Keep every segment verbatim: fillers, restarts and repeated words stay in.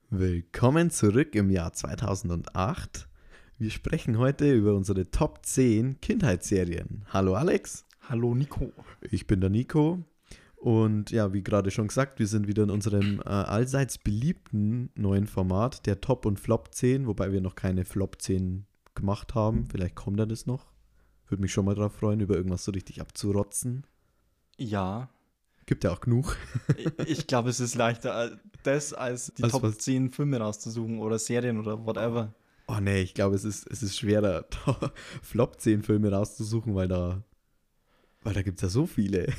Willkommen zurück im Jahr zweitausendacht. Wir sprechen heute über unsere Top zehn Kindheitsserien. Hallo Alex. Hallo Nico. Ich bin der Nico. Und ja, wie gerade schon gesagt, wir sind wieder in unserem äh, allseits beliebten neuen Format, der Top- und Flop zehn, wobei wir noch keine Flop zehn gemacht haben. Vielleicht kommt da das noch. Würde mich schon mal drauf freuen, über irgendwas so richtig abzurotzen. Ja. Gibt ja auch genug. Ich, ich glaube, es ist leichter, das als die Also Top was? zehn Filme rauszusuchen oder Serien oder whatever. Oh nee, ich glaube, es ist, es ist schwerer, Flop zehn Filme rauszusuchen, weil da, weil da gibt es ja so viele.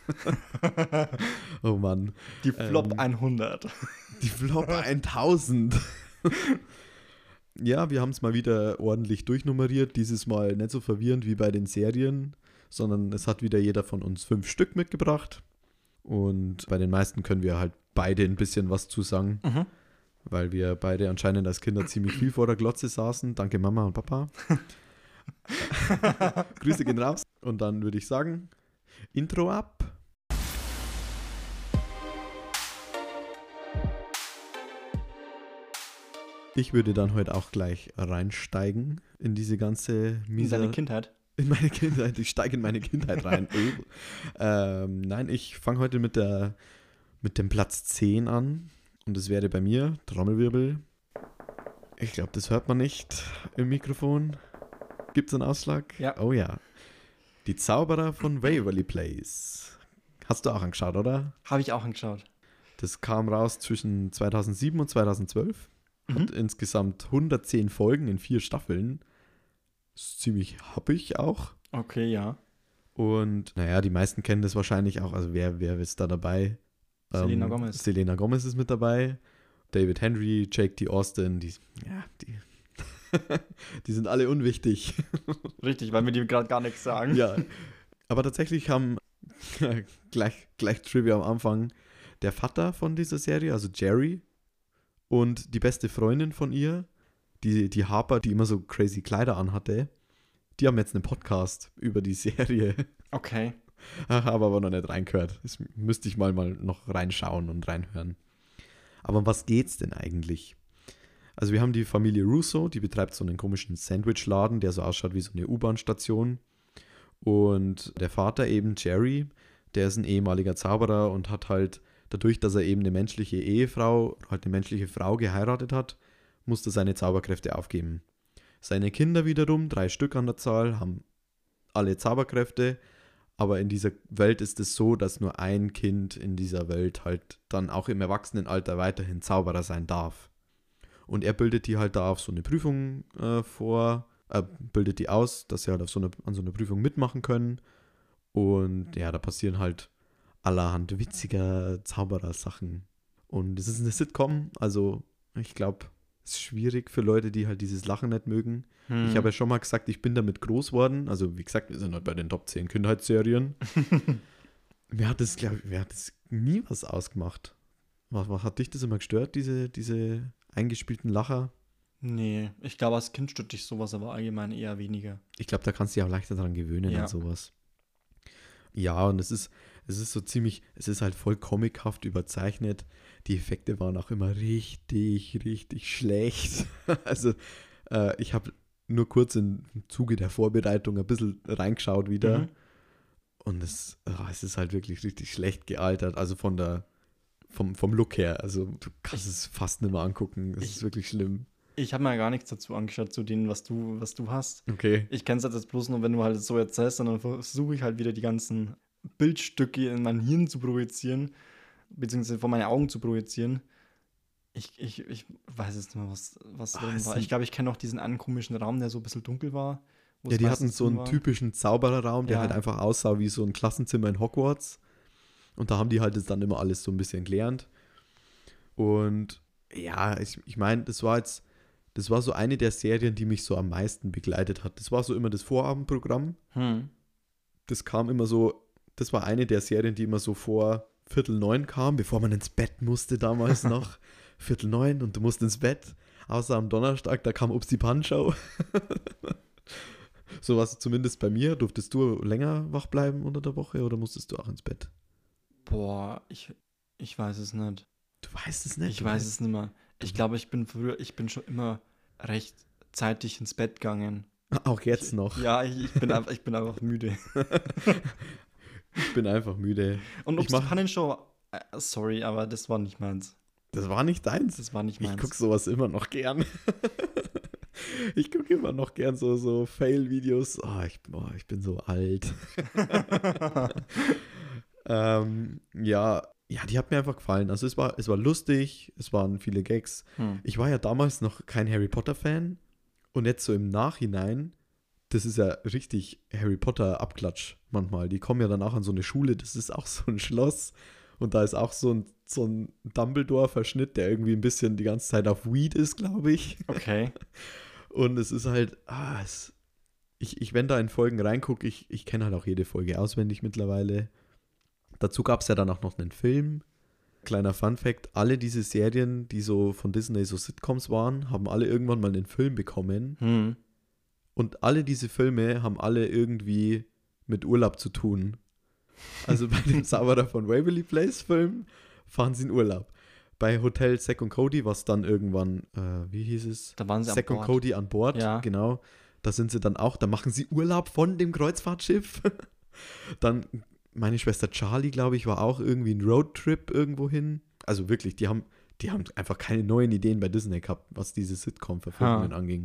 Oh Mann. Die Flop Ähm, hundert. Die Flop tausend. Ja, wir haben es mal wieder ordentlich durchnummeriert. Dieses Mal nicht so verwirrend wie bei den Serien, sondern es hat wieder jeder von uns fünf Stück mitgebracht. Und bei den meisten können wir halt beide ein bisschen was zu sagen, Mhm. weil wir beide anscheinend als Kinder ziemlich viel vor der Glotze saßen. Danke Mama und Papa. Grüße gehen raus. Und dann würde ich sagen, Intro ab. Ich würde dann heute auch gleich reinsteigen in diese ganze In miese... seine Kindheit. In meine Kindheit. Ich steige in meine Kindheit rein. Oh. ähm, nein, ich fange heute mit, der, mit dem Platz zehn an. Und es wäre bei mir, Trommelwirbel. Ich glaube, das hört man nicht im Mikrofon. Gibt es einen Ausschlag? Ja. Oh ja. Die Zauberer von Waverly Place. Hast du auch angeschaut, oder? Habe ich auch angeschaut. Das kam raus zwischen zweitausendsieben und zweitausendzwölf. Hat Mhm. insgesamt hundertzehn Folgen in vier Staffeln. Ist ziemlich happig auch. Okay, ja. Und naja, die meisten kennen das wahrscheinlich auch. Also wer, wer ist da dabei? Selena Ähm, Gomez. Selena Gomez ist mit dabei. David Henry, Jake D. Austin, die, ja, die, die sind alle unwichtig. Richtig, weil wir dir gerade gar nichts sagen. Ja, aber tatsächlich haben gleich, gleich Trivia am Anfang der Vater von dieser Serie, also Jerry, und die beste Freundin von ihr, die, die Harper, die immer so crazy Kleider anhatte, die haben jetzt einen Podcast über die Serie. Okay. Habe aber noch nicht reingehört. Das müsste ich mal, mal noch reinschauen und reinhören. Aber um was geht's denn eigentlich? Also wir haben die Familie Russo, die betreibt so einen komischen Sandwichladen, der so ausschaut wie so eine U-Bahn-Station. Und der Vater eben, Jerry, der ist ein ehemaliger Zauberer und hat halt, dadurch, dass er eben eine menschliche Ehefrau, halt eine menschliche Frau geheiratet hat, musste seine Zauberkräfte aufgeben. Seine Kinder wiederum, drei Stück an der Zahl, haben alle Zauberkräfte, aber in dieser Welt ist es so, dass nur ein Kind in dieser Welt halt dann auch im Erwachsenenalter weiterhin Zauberer sein darf. Und er bildet die halt da auf so eine Prüfung äh, vor, äh, bildet die aus, dass sie halt auf so eine, an so einer Prüfung mitmachen können. Und ja, da passieren halt allerhand witziger Zauberer-Sachen. Und es ist eine Sitcom, also ich glaube, es ist schwierig für Leute, die halt dieses Lachen nicht mögen. Hm. Ich habe ja schon mal gesagt, ich bin damit groß worden. Also wie gesagt, wir sind halt bei den Top zehn Kindheitsserien. Mir hat das, glaube ich, mir hat das nie was ausgemacht. Was, was hat dich das immer gestört, diese, diese eingespielten Lacher? Nee, ich glaube, als Kind stört dich sowas, aber allgemein eher weniger. Ich glaube, da kannst du dich auch leichter daran gewöhnen Ja. an sowas. Ja, und es ist, es ist so ziemlich, es ist halt voll comichaft überzeichnet. Die Effekte waren auch immer richtig, richtig schlecht. Also äh, ich habe nur kurz im Zuge der Vorbereitung ein bisschen reingeschaut wieder. Mhm. Und es, oh, es ist halt wirklich richtig schlecht gealtert. Also von der, vom, vom Look her. Also du kannst es fast nicht mehr angucken. Es Ich- ist wirklich schlimm. Ich habe mir gar nichts dazu angeschaut, zu denen, was du, was du hast. Okay. Ich kenne es halt jetzt bloß nur, wenn du halt so erzählst, und dann versuche ich halt wieder die ganzen Bildstücke in mein Hirn zu projizieren, beziehungsweise vor meine Augen zu projizieren. Ich, ich, ich weiß jetzt nicht mehr, was, was Ah, drin es war. sind- Ich glaube, ich kenne auch diesen einen komischen Raum, der so ein bisschen dunkel war. wo Ja, es die hatten meistens so drin einen war. typischen Zaubererraum, der Ja. halt einfach aussah wie so ein Klassenzimmer in Hogwarts. Und da haben die halt jetzt dann immer alles so ein bisschen gelernt. Und ja, ich, ich meine, das war jetzt, das war so eine der Serien, die mich so am meisten begleitet hat. Das war so immer das Vorabendprogramm. Hm. Das kam immer so, das war eine der Serien, die immer so vor Viertel neun kam, bevor man ins Bett musste damals noch. Viertel neun und du musst ins Bett. Außer am Donnerstag, da kam Upsi Pan-Show. So war es zumindest bei mir. Durftest du länger wach bleiben unter der Woche oder musstest du auch ins Bett? Boah, ich, ich weiß es nicht. Du weißt es nicht. Ich du weiß weißt- es nicht mehr. Ich glaube, ich bin früher, ich bin schon immer recht zeitig ins Bett gegangen. Auch jetzt noch. Ja, ich, ich, bin, einfach, ich bin einfach müde. Ich bin einfach müde. Und Ich ob mach- Pannenshow, äh, sorry, aber das war nicht meins. Das war nicht deins. Das war nicht Ich meins. gucke sowas immer noch gern. Ich gucke immer noch gern so, so Fail-Videos. Oh, ich, oh, ich bin so alt. ähm, ja, ja, die hat mir einfach gefallen. Also es war, es war lustig, es waren viele Gags. Hm. Ich war ja damals noch kein Harry Potter-Fan. Und jetzt so im Nachhinein, das ist ja richtig Harry Potter-Abklatsch manchmal. Die kommen ja danach an so eine Schule, das ist auch so ein Schloss. Und da ist auch so ein, so ein Dumbledore-Verschnitt, der irgendwie ein bisschen die ganze Zeit auf Weed ist, glaube ich. Okay. Und es ist halt, ah, es, ich, ich, wenn da in Folgen reingucke, ich, ich kenne halt auch jede Folge auswendig mittlerweile. Dazu gab es ja dann auch noch einen Film. Kleiner Fun-Fact: Alle diese Serien, die so von Disney so Sitcoms waren, haben alle irgendwann mal einen Film bekommen. Hm. Und alle diese Filme haben alle irgendwie mit Urlaub zu tun. Also bei dem Zauberer von Waverly Place Film fahren sie in Urlaub. Bei Hotel Zack und Cody, was dann irgendwann, äh, wie hieß es? Da waren sie Zack an und Bord. Cody an Bord, Ja. genau. Da sind sie dann auch, da machen sie Urlaub von dem Kreuzfahrtschiff. Dann meine Schwester Charlie, glaube ich, war auch irgendwie ein Roadtrip irgendwo hin. Also wirklich, die haben, die haben einfach keine neuen Ideen bei Disney gehabt, was diese Sitcom-Verfilmungen Ha. anging.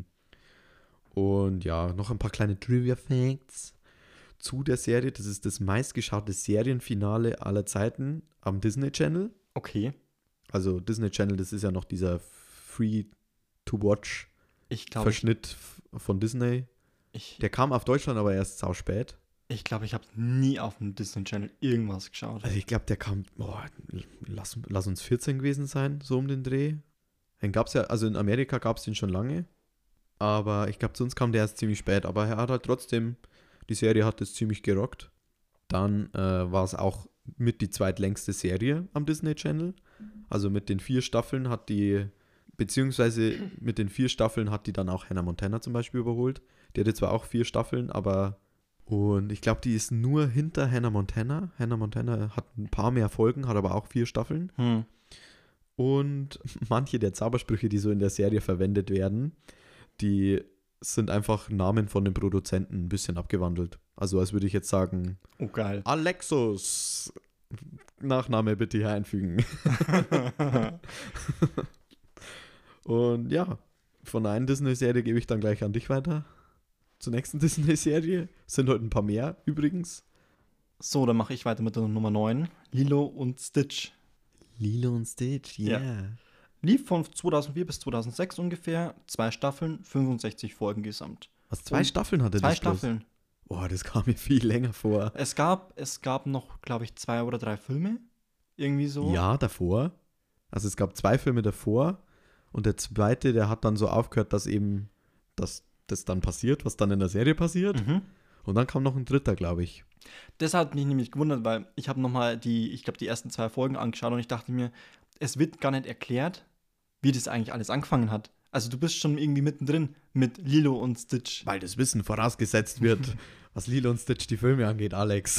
Und ja, noch ein paar kleine Trivia-Facts zu der Serie. Das ist das meistgeschaute Serienfinale aller Zeiten am Disney Channel. Okay. Also Disney Channel, das ist ja noch dieser Free-to-Watch Ich glaube, ich, Verschnitt f- von Disney. ich, Der kam auf Deutschland aber erst sau spät. ich, glaub, ich habe nie auf dem Disney Channel irgendwas geschaut. Also ich glaube, der kam, boah, lass, lass uns vierzehn gewesen sein, so um den Dreh. Den gab es ja, also in Amerika gab es den schon lange. Aber ich glaube, zu uns kam der erst ziemlich spät. Aber er hat halt trotzdem, die Serie hat es ziemlich gerockt. Dann äh, war es auch mit die zweitlängste Serie am Disney Channel. Also mit den vier Staffeln hat die, beziehungsweise mit den vier Staffeln hat die dann auch Hannah Montana zum Beispiel überholt. Die hatte zwar auch vier Staffeln, aber und ich glaube, die ist nur hinter Hannah Montana. Hannah Montana hat ein paar mehr Folgen, hat aber auch vier Staffeln. Hm. Und manche der Zaubersprüche, die so in der Serie verwendet werden, die sind einfach Namen von den Produzenten ein bisschen abgewandelt. Also als würde ich jetzt sagen, Oh, geil. Alexus, Nachname bitte hier einfügen. Und ja, von der einen Disney-Serie gebe ich dann gleich an dich weiter. Zur nächsten Disney-Serie. Sind heute ein paar mehr übrigens. So, dann mache ich weiter mit der Nummer neun. Lilo und Stitch. Lilo und Stitch, yeah. Ja. Lief von zweitausendvier bis zweitausendsechs ungefähr. Zwei Staffeln, fünfundsechzig Folgen gesamt. Was, zwei Und Staffeln hatte Zwei das bloß? Staffeln. Boah, das kam mir viel länger vor. Es gab, es gab noch, glaube ich, zwei oder drei Filme. Irgendwie so. Ja, davor. Also es gab zwei Filme davor und der zweite, der hat dann so aufgehört, dass eben das, das dann passiert, was dann in der Serie passiert. Mhm. Und dann kam noch ein dritter, glaube ich. Das hat mich nämlich gewundert, weil ich habe nochmal die, ich glaube, die ersten zwei Folgen angeschaut und ich dachte mir, es wird gar nicht erklärt, wie das eigentlich alles angefangen hat. Also du bist schon irgendwie mittendrin mit Lilo und Stitch. Weil das Wissen vorausgesetzt wird, was Lilo und Stitch die Filme angeht, Alex.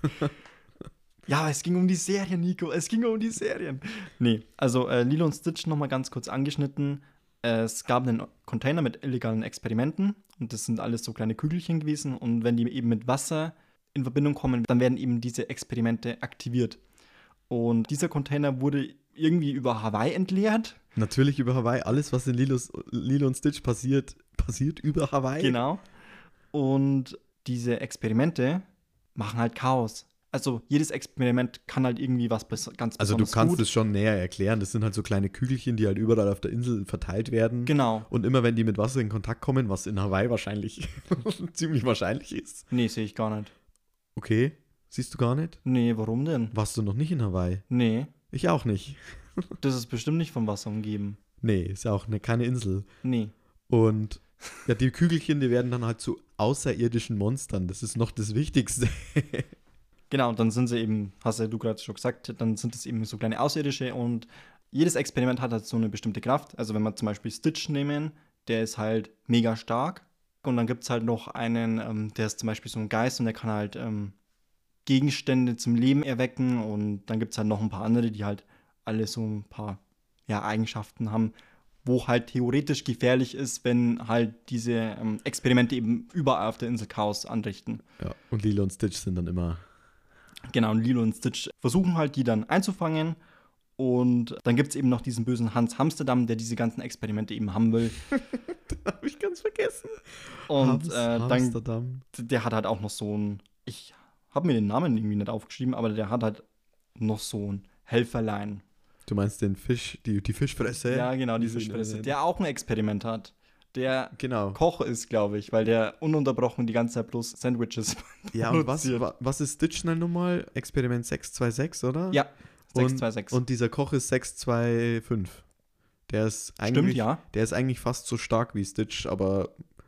Ja, aber es ging um die Serien, Nico. Es ging um die Serien. Nee, also äh, Lilo und Stitch nochmal ganz kurz angeschnitten. Es gab einen Container mit illegalen Experimenten und das sind alles so kleine Kügelchen gewesen. Und wenn die eben mit Wasser in Verbindung kommen, dann werden eben diese Experimente aktiviert. Und dieser Container wurde irgendwie über Hawaii entleert. Natürlich über Hawaii. Alles, was in Lilos, Lilo und Stitch passiert, passiert über Hawaii. Genau. Und diese Experimente machen halt Chaos. Also jedes Experiment kann halt irgendwie was bes- ganz Also du besonders kannst gut. es schon näher erklären. Das sind halt so kleine Kügelchen, die halt überall auf der Insel verteilt werden. Genau. Und immer wenn die mit Wasser in Kontakt kommen, was in Hawaii wahrscheinlich ziemlich wahrscheinlich ist. Nee, sehe ich gar nicht. Okay, siehst du gar nicht? Nee, warum denn? Warst du noch nicht in Hawaii? Nee, Ich auch nicht. das ist bestimmt nicht vom Wasser umgeben. Nee, ist ja auch eine, keine Insel. Nee. Und ja, die Kügelchen, die werden dann halt zu außerirdischen Monstern. Das ist noch das Wichtigste. Genau, und dann sind sie eben, hast ja du gerade schon gesagt, dann sind es eben so kleine Außerirdische und jedes Experiment hat halt so eine bestimmte Kraft. Also wenn wir zum Beispiel Stitch nehmen, der ist halt mega stark. Und dann gibt es halt noch einen, ähm, der ist zum Beispiel so ein Geist und der kann halt ähm, Gegenstände zum Leben erwecken. Und dann gibt es halt noch ein paar andere, die halt alle so ein paar ja, Eigenschaften haben, wo halt theoretisch gefährlich ist, wenn halt diese ähm, Experimente eben überall auf der Insel Chaos anrichten. Ja, und Lilo und Stitch sind dann immer. Genau, und Lilo und Stitch versuchen halt, die dann einzufangen. Und dann gibt es eben noch diesen bösen Hans Hamsterdam, der diese ganzen Experimente eben haben will. Den habe ich ganz vergessen. Und Hams, äh, dann, Amsterdam. der hat halt auch noch so ein, ich habe mir den Namen irgendwie nicht aufgeschrieben, aber der hat halt noch so ein Helferlein. Du meinst den Fisch, die, die Fischfresse? Ja, genau, die Wie sie ihn Fischfresse, nennen. der auch ein Experiment hat. Der Genau. Koch ist, glaube ich, weil der ununterbrochen die ganze Zeit bloß Sandwiches Ja, und was, produziert. wa- was ist Stitch schnell nochmal? Experiment sechs zwei sechs, oder? Ja, Und, sechs zwei sechs. und dieser Koch ist sechs zwei fünf. Der ist eigentlich, Stimmt, ja. Der ist eigentlich fast so stark wie Stitch, aber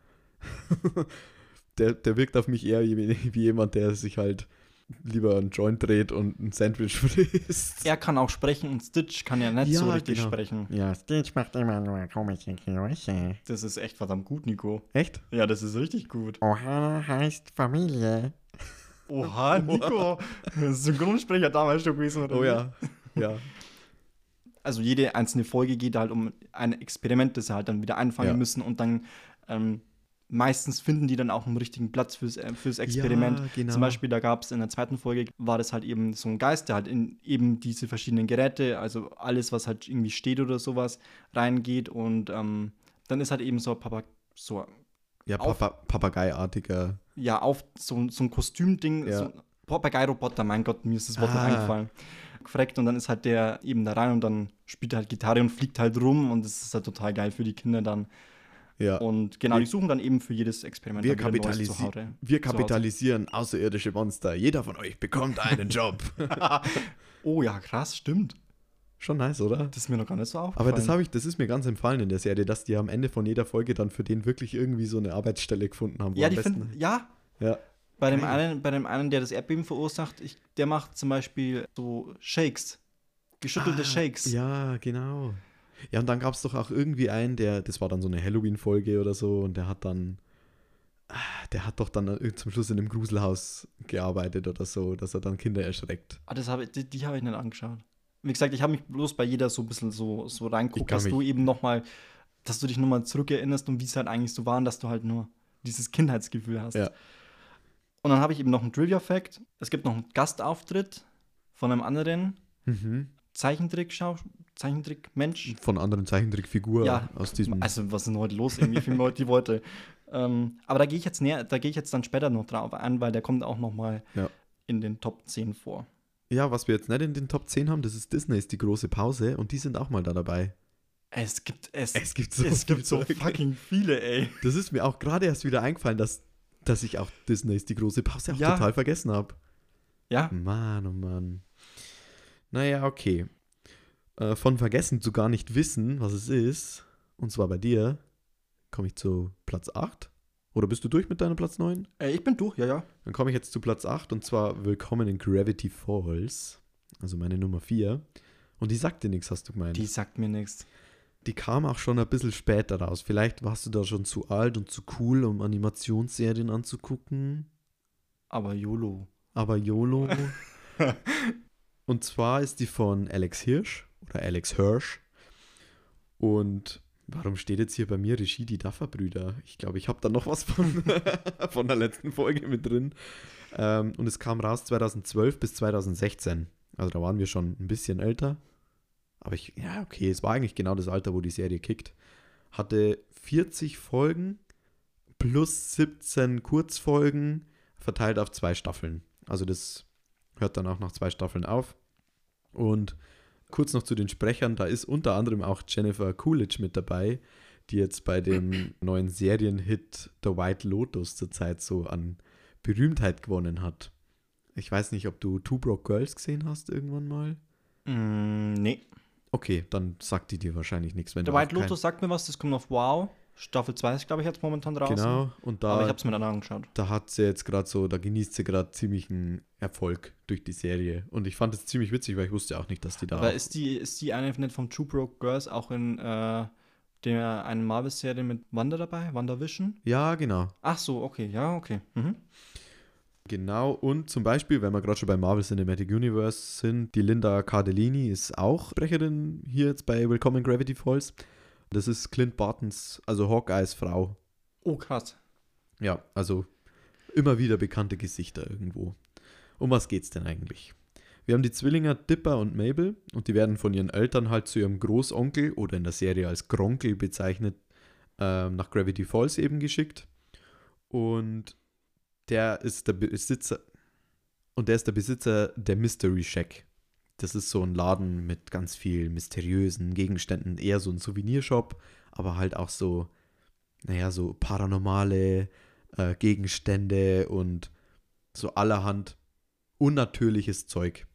der, der wirkt auf mich eher wie, wie jemand, der sich halt lieber einen Joint dreht und ein Sandwich frisst. Er kann auch sprechen und Stitch kann ja nicht Ja, so richtig genau. sprechen. Ja, Stitch macht immer nur komische Geräusche. Das ist echt verdammt gut, Nico. Echt? Ja, das ist richtig gut. Oha heißt Familie. Oha, Nico. Synchronsprecher damals schon gewesen, oder? Oh wie? ja, ja. Also jede einzelne Folge geht halt um ein Experiment, das sie halt dann wieder einfangen Ja. müssen und dann ähm, meistens finden die dann auch einen richtigen Platz fürs, äh, fürs Experiment. Ja, genau. Zum Beispiel, da gab es in der zweiten Folge, war das halt eben so ein Geist, der halt in eben diese verschiedenen Geräte, also alles, was halt irgendwie steht oder sowas, reingeht und ähm, dann ist halt eben so, Papa, so, Ja, auf- Papa, Papagei-artiger. ja, auf so, so ein Kostümding, Ja. so ein Papagei-Roboter, mein Gott, mir ist das Wort nicht Ah. eingefallen. Gefreckt und dann ist halt der eben da rein und dann spielt er halt Gitarre und fliegt halt rum und das ist halt total geil für die Kinder dann. Ja. Und genau, Wir- die suchen dann eben für jedes Experiment Wir, dann wieder neues kapitalisi Zuhause. wir Zuhause. kapitalisieren außerirdische Monster. Jeder von euch bekommt einen Job. Oh ja, krass, stimmt. Schon nice, oder? Das ist mir noch gar nicht so aufgefallen. Aber das habe ich, das ist mir ganz empfallen in der Serie, dass die am Ende von jeder Folge dann für den wirklich irgendwie so eine Arbeitsstelle gefunden haben. Wo Ja, am die besten, finden, ja, ja. bei dem, Geil. einen, bei dem einen, der das Erdbeben verursacht, ich, der macht zum Beispiel so Shakes, geschüttelte Ah, Shakes. Ja, genau. Ja, und dann gab es doch auch irgendwie einen, der, das war dann so eine Halloween-Folge oder so, und der hat dann, ah, der hat doch dann äh, zum Schluss in einem Gruselhaus gearbeitet oder so, dass er dann Kinder erschreckt. Ah, das hab ich, die die habe ich nicht angeschaut. Wie gesagt, ich habe mich bloß bei jeder so ein bisschen so, so Ich reinguckt, kann dass du mich- eben nochmal, dass du dich nochmal zurückerinnerst und wie es halt eigentlich so war und dass du halt nur dieses Kindheitsgefühl hast. Ja. Und dann habe ich eben noch einen Trivia-Fact. Es gibt noch einen Gastauftritt von einem anderen Mhm. Zeichentrick-Schau, Zeichentrick-Mensch. Von anderen Zeichentrickfiguren Ja, aus diesem. Also, was ist denn heute los? Irgendwie finden wir heute die Worte. Ähm, aber da gehe ich jetzt näher, da gehe ich jetzt dann später noch drauf ein, weil der kommt auch nochmal Ja. in den Top zehn vor. Ja, was wir jetzt nicht in den Top zehn haben, das ist Disneys Die große Pause, und die sind auch mal da dabei. Es gibt es. Es gibt so es gibt so viele. fucking viele, ey. Das ist mir auch gerade erst wieder eingefallen, dass, dass ich auch Disneys Die große Pause auch Ja. total vergessen habe. Ja, Mann, oh Mann. Naja, okay. Äh, von vergessen zu gar nicht wissen, was es ist, und zwar bei dir, komme ich zu Platz acht. Oder bist du durch mit deinem Platz neun? äh, ich bin durch, ja, ja. Dann komme ich jetzt zu Platz acht, und zwar Willkommen in Gravity Falls. Also meine Nummer vier. Und die sagt dir nichts, hast du gemeint. Die sagt mir nichts. Die kam auch schon ein bisschen später raus. Vielleicht warst du da schon zu alt und zu cool, um Animationsserien anzugucken. Aber YOLO. Aber YOLO. Und zwar ist die von Alex Hirsch oder Alex Hirsch. Und warum steht jetzt hier bei mir Regie die Duffer-Brüder? Ich glaube, ich habe da noch was von, von der letzten Folge mit drin. Ähm, und es kam raus zweitausendzwölf bis zweitausendsechzehn. Also da waren wir schon ein bisschen älter. Aber ich, ja, okay, es war eigentlich genau das Alter, wo die Serie kickt. Hatte vierzig Folgen plus siebzehn Kurzfolgen verteilt auf zwei Staffeln. Also das hört dann auch nach zwei Staffeln auf. Und kurz noch zu den Sprechern, da ist unter anderem auch Jennifer Coolidge mit dabei, die jetzt bei dem neuen Serienhit The White Lotus zurzeit so an Berühmtheit gewonnen hat. Ich weiß nicht, ob du Two Broke Girls gesehen hast irgendwann mal. Mm, nee. Okay, dann sagt die dir wahrscheinlich nichts. Wenn Der du auch White Lotus sagt mir was, das kommt auf Wow. Staffel zwei ist, glaube ich, jetzt momentan kein, draußen. Genau, und Aber ich da, habe es mir dann angeschaut. da hat sie jetzt gerade so, da genießt sie gerade ziemlichen Erfolg durch die Serie. Und ich fand es ziemlich witzig, weil ich wusste auch nicht, dass die da Aber auch, ist die, ist die eine nicht von Two Broke Girls auch in äh, der einen Marvel-Serie mit Wanda dabei? WandaVision? Ja, genau. Ach so, okay, ja, okay. Mhm. Genau, und zum Beispiel, wenn wir gerade schon bei Marvel Cinematic Universe sind, die Linda Cardellini ist auch Sprecherin hier jetzt bei Willkommen in Gravity Falls. Das ist Clint Bartons, also Hawkeyes Frau. Oh, krass. Ja, also immer wieder bekannte Gesichter irgendwo. Um was geht's denn eigentlich? Wir haben die Zwillinger Dipper und Mabel und die werden von ihren Eltern halt zu ihrem Großonkel oder in der Serie als Gronkel bezeichnet, äh, nach Gravity Falls eben geschickt. Und der ist der Besitzer und der ist der Besitzer der Mystery Shack. Das ist so ein Laden mit ganz viel mysteriösen Gegenständen, eher so ein Souvenirshop, aber halt auch so, naja, so paranormale äh, Gegenstände und so allerhand unnatürliches Zeug.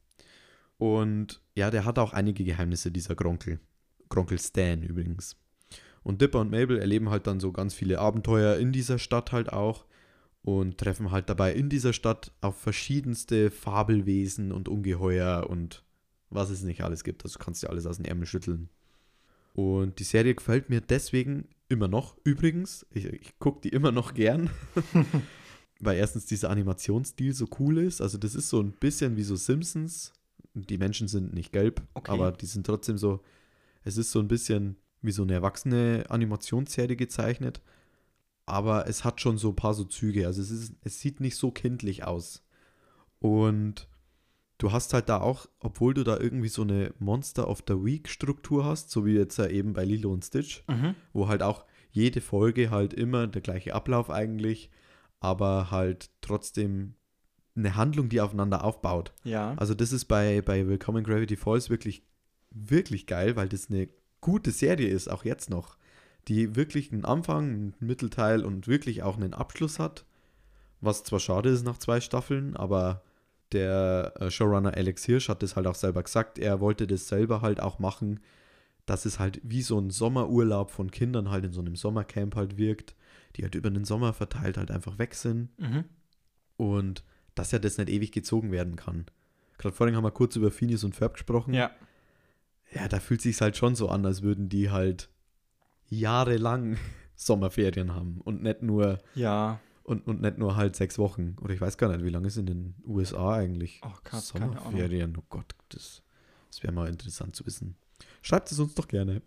Und ja, der hat auch einige Geheimnisse, dieser Gronkel. Gronkel Stan übrigens. Und Dipper und Mabel erleben halt dann so ganz viele Abenteuer in dieser Stadt halt auch und treffen halt dabei in dieser Stadt auf verschiedenste Fabelwesen und Ungeheuer und was es nicht alles gibt. Also kannst du alles aus den Ärmel schütteln. Und die Serie gefällt mir deswegen immer noch übrigens. Ich, ich gucke die immer noch gern. Weil erstens dieser Animationsstil so cool ist. Also das ist so ein bisschen wie so Simpsons. Die Menschen sind nicht gelb, Okay. aber die sind trotzdem so, es ist so ein bisschen wie so eine erwachsene Animationsserie gezeichnet. Aber es hat schon so ein paar so Züge. Also es ist, es sieht nicht so kindlich aus. Und du hast halt da auch, obwohl du da irgendwie so eine Monster of the Week Struktur hast, so wie jetzt ja eben bei Lilo und Stitch, Mhm. wo halt auch jede Folge halt immer der gleiche Ablauf eigentlich, aber halt trotzdem eine Handlung, die aufeinander aufbaut. Ja. Also das ist bei, bei Willkommen in Gravity Falls wirklich, wirklich geil, weil das eine gute Serie ist, auch jetzt noch, die wirklich einen Anfang, einen Mittelteil und wirklich auch einen Abschluss hat, was zwar schade ist nach zwei Staffeln, aber der äh, Showrunner Alex Hirsch hat das halt auch selber gesagt, er wollte das selber halt auch machen, dass es halt wie so ein Sommerurlaub von Kindern halt in so einem Sommercamp halt wirkt, die halt über den Sommer verteilt halt einfach weg sind Mhm. und dass ja das nicht ewig gezogen werden kann. Gerade vorhin haben wir kurz über Phineas und Ferb gesprochen. Ja. Ja, da fühlt sich halt schon so an, als würden die halt jahrelang Sommerferien haben und nicht nur Ja. und, und nicht nur halt sechs Wochen. Oder ich weiß gar nicht, wie lange ist in den U S A eigentlich Oh, krass, keine Ahnung. Sommerferien? Oh Gott, das, das wäre mal interessant zu wissen. Schreibt es uns doch gerne.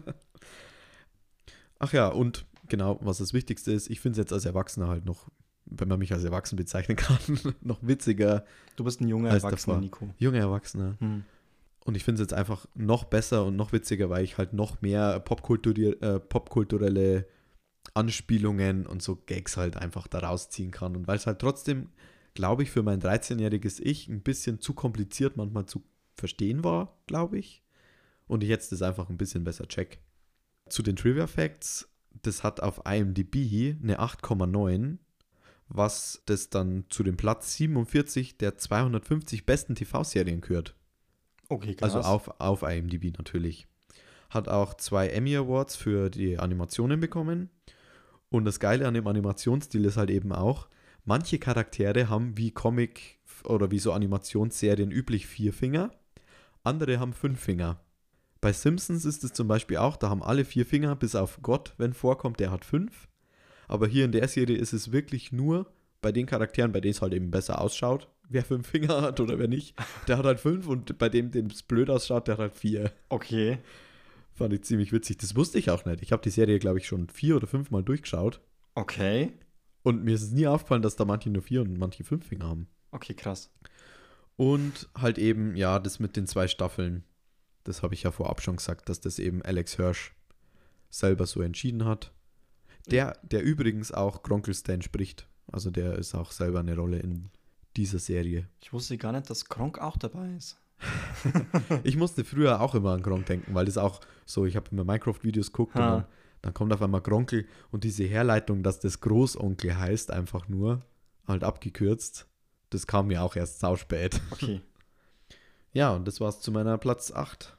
Ach ja, und genau, was das Wichtigste ist, ich finde es jetzt als Erwachsener halt noch, wenn man mich als Erwachsen bezeichnen kann, noch witziger. Du bist ein junger Als Erwachsener, davor. Nico. Junger Erwachsener. Hm. Und ich finde es jetzt einfach noch besser und noch witziger, weil ich halt noch mehr Popkulturi- äh, popkulturelle Anspielungen und so Gags halt einfach da rausziehen kann. Und weil es halt trotzdem, glaube ich, für mein dreizehnjähriges Ich ein bisschen zu kompliziert manchmal zu verstehen war, glaube ich. Und ich jetzt das einfach ein bisschen besser check. Zu den Trivia Facts, das hat auf IMDb eine acht Komma neun, was das dann zu dem Platz siebenundvierzig der zweihundertfünfzig besten T V-Serien gehört. Okay, krass. Also auf, auf IMDb natürlich. Hat auch zwei Emmy Awards für die Animationen bekommen. Und das Geile an dem Animationsstil ist halt eben auch, manche Charaktere haben wie Comic oder wie so Animationsserien üblich vier Finger, andere haben fünf Finger. Bei Simpsons ist es zum Beispiel auch, da haben alle vier Finger, bis auf Gott, wenn vorkommt, der hat fünf. Aber hier in der Serie ist es wirklich nur bei den Charakteren, bei denen es halt eben besser ausschaut, wer fünf Finger hat oder wer nicht, der hat halt fünf und bei dem, dem es blöd ausschaut, der hat halt vier. Okay. Fand ich ziemlich witzig. Das wusste ich auch nicht. Ich habe die Serie, glaube ich, schon vier oder fünf Mal durchgeschaut. Okay. Und mir ist es nie aufgefallen, dass da manche nur vier und manche fünf Finger haben. Okay, krass. Und halt eben, ja, das mit den zwei Staffeln. Das habe ich ja vorab schon gesagt, dass das eben Alex Hirsch selber so entschieden hat. Der, der übrigens auch Gronkel Stan spricht. Also der ist auch selber eine Rolle in dieser Serie. Ich wusste gar nicht, dass Gronk auch dabei ist. Ich musste früher auch immer an Gronk denken, weil das auch so, ich habe immer Minecraft-Videos geguckt Ha. und dann, dann kommt auf einmal Gronkel und diese Herleitung, dass das Großonkel heißt, einfach nur, halt abgekürzt, das kam mir auch erst sauspät. Okay. Ja, und das war's zu meiner Platz acht.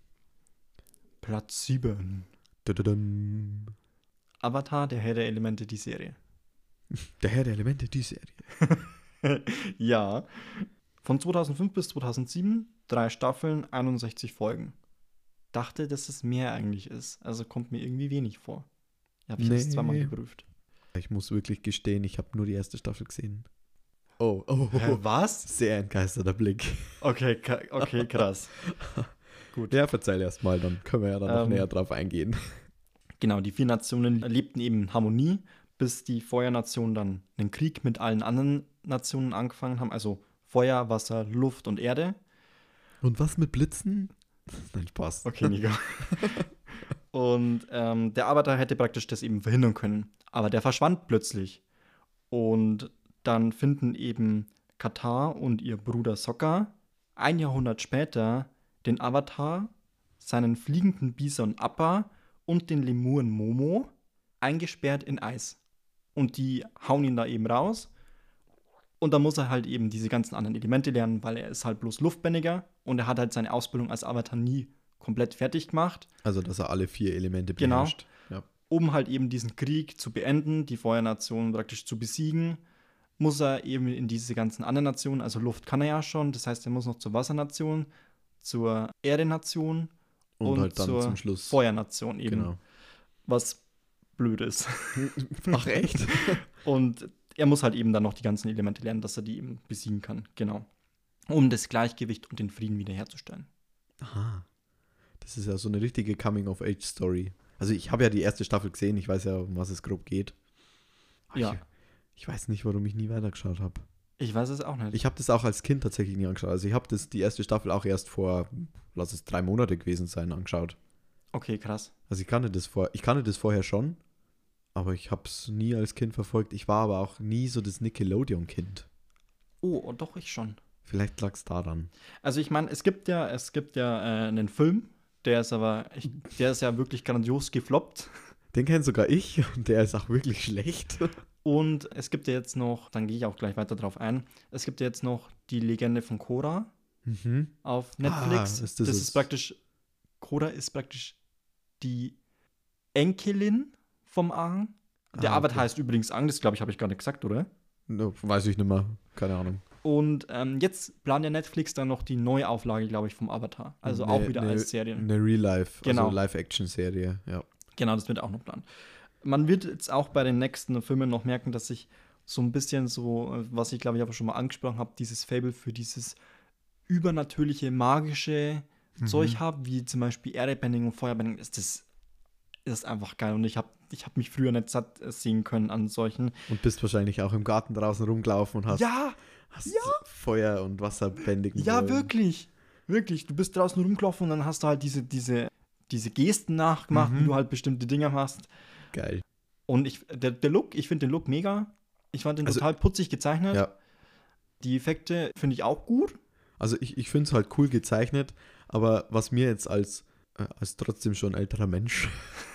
Platz sieben. Dududum. Avatar, der Herr der Elemente, die Serie. Der Herr der Elemente, die Serie. Ja. Von zweitausendfünf bis zweitausendsieben, drei Staffeln, einundsechzig Folgen. Dachte, dass es mehr eigentlich ist. Also kommt mir irgendwie wenig vor. Habe ich Nee. jetzt zweimal geprüft. Ich muss wirklich gestehen, ich habe nur die erste Staffel gesehen. Oh, oh, Hä, oh. was? Sehr entgeisterter Blick. Okay, ka- okay, krass. Gut. Ja, verzeih erst mal, dann können wir ja dann noch Ähm, näher drauf eingehen. Genau, die vier Nationen lebten eben in Harmonie, bis die Feuernationen dann einen Krieg mit allen anderen Nationen angefangen haben. Also Feuer, Wasser, Luft und Erde. Und was mit Blitzen? Nein, Spaß. Okay, Nico. Und ähm, der Avatar hätte praktisch das eben verhindern können. Aber der verschwand plötzlich. Und dann finden eben Katar und ihr Bruder Sokka ein Jahrhundert später den Avatar, seinen fliegenden Bison Appa und den Lemuren Momo eingesperrt in Eis. Und die hauen ihn da eben raus. Und dann muss er halt eben diese ganzen anderen Elemente lernen, weil er ist halt bloß Luftbändiger und er hat halt seine Ausbildung als Avatar nie komplett fertig gemacht. Also, dass er alle vier Elemente Genau. beherrscht. Ja. Um halt eben diesen Krieg zu beenden, die Feuernation praktisch zu besiegen, muss er eben in diese ganzen anderen Nationen, also Luft kann er ja schon, das heißt, er muss noch zur Wassernation, zur Erdenation Und, und, halt dann zur zum Schluss. Feuernation eben, Genau. was blöd ist. Ach, echt? Und er muss halt eben dann noch die ganzen Elemente lernen, dass er die eben besiegen kann, genau. Um das Gleichgewicht und den Frieden wiederherzustellen. Aha. Das ist ja so eine richtige Coming-of-Age-Story. Also ich habe ja die erste Staffel gesehen, ich weiß ja, um was es grob geht. Aber Ja. Ich, ich weiß nicht, warum ich nie weitergeschaut habe. Ich weiß es auch nicht. Ich habe das auch als Kind tatsächlich nie angeschaut. Also ich habe das die erste Staffel auch erst vor, lass es drei Monate gewesen sein, angeschaut. Okay, krass. Also ich kannte das vor, ich kannte das vorher schon, aber ich habe es nie als Kind verfolgt. Ich war aber auch nie so das Nickelodeon-Kind. Oh, oh, doch, ich schon. Vielleicht lag es daran. Also ich meine, es gibt ja, es gibt ja äh, einen Film, der ist aber, ich, der ist ja wirklich grandios gefloppt. Den kennt sogar ich und der ist auch wirklich schlecht. Und es gibt ja jetzt noch, dann gehe ich auch gleich weiter drauf ein, es gibt ja jetzt noch die Legende von Korra Mhm. auf Netflix. Ah, ist das das ist es? praktisch, Korra ist praktisch die Enkelin vom Aang. Der Ah, Avatar okay. heißt übrigens Aang, das glaube ich, habe ich gar nicht gesagt, oder? No, weiß ich nicht mehr. Keine Ahnung. Und ähm, jetzt plant ja Netflix dann noch die Neuauflage, glaube ich, vom Avatar. Also auch wieder als Serie. Eine Real-Life, Genau. also Live-Action-Serie, ja. Genau, das wird auch noch planen. Man wird jetzt auch bei den nächsten Filmen noch merken, dass ich so ein bisschen so, äh, was ich glaube ich aber schon mal angesprochen habe, dieses Fable für dieses übernatürliche, magische Mhm. Zeug habe, wie zum Beispiel Erdbending und Feuerbending. Ist das ist einfach geil und ich habe ich hab mich früher nicht satt sehen können an solchen. Und bist wahrscheinlich auch im Garten draußen rumgelaufen und hast, Ja, hast Feuer und Wasser bändigen ja, wollen. wirklich. Wirklich. Du bist draußen rumgelaufen und dann hast du halt diese, diese, diese Gesten nachgemacht, Mhm. wie du halt bestimmte Dinge machst. Geil. Und ich, der, der Look, ich finde den Look mega. Ich fand den Also- total putzig gezeichnet. Ja. Die Effekte finde ich auch gut. Also ich, ich finde es halt cool gezeichnet, aber was mir jetzt als, äh, als trotzdem schon älterer Mensch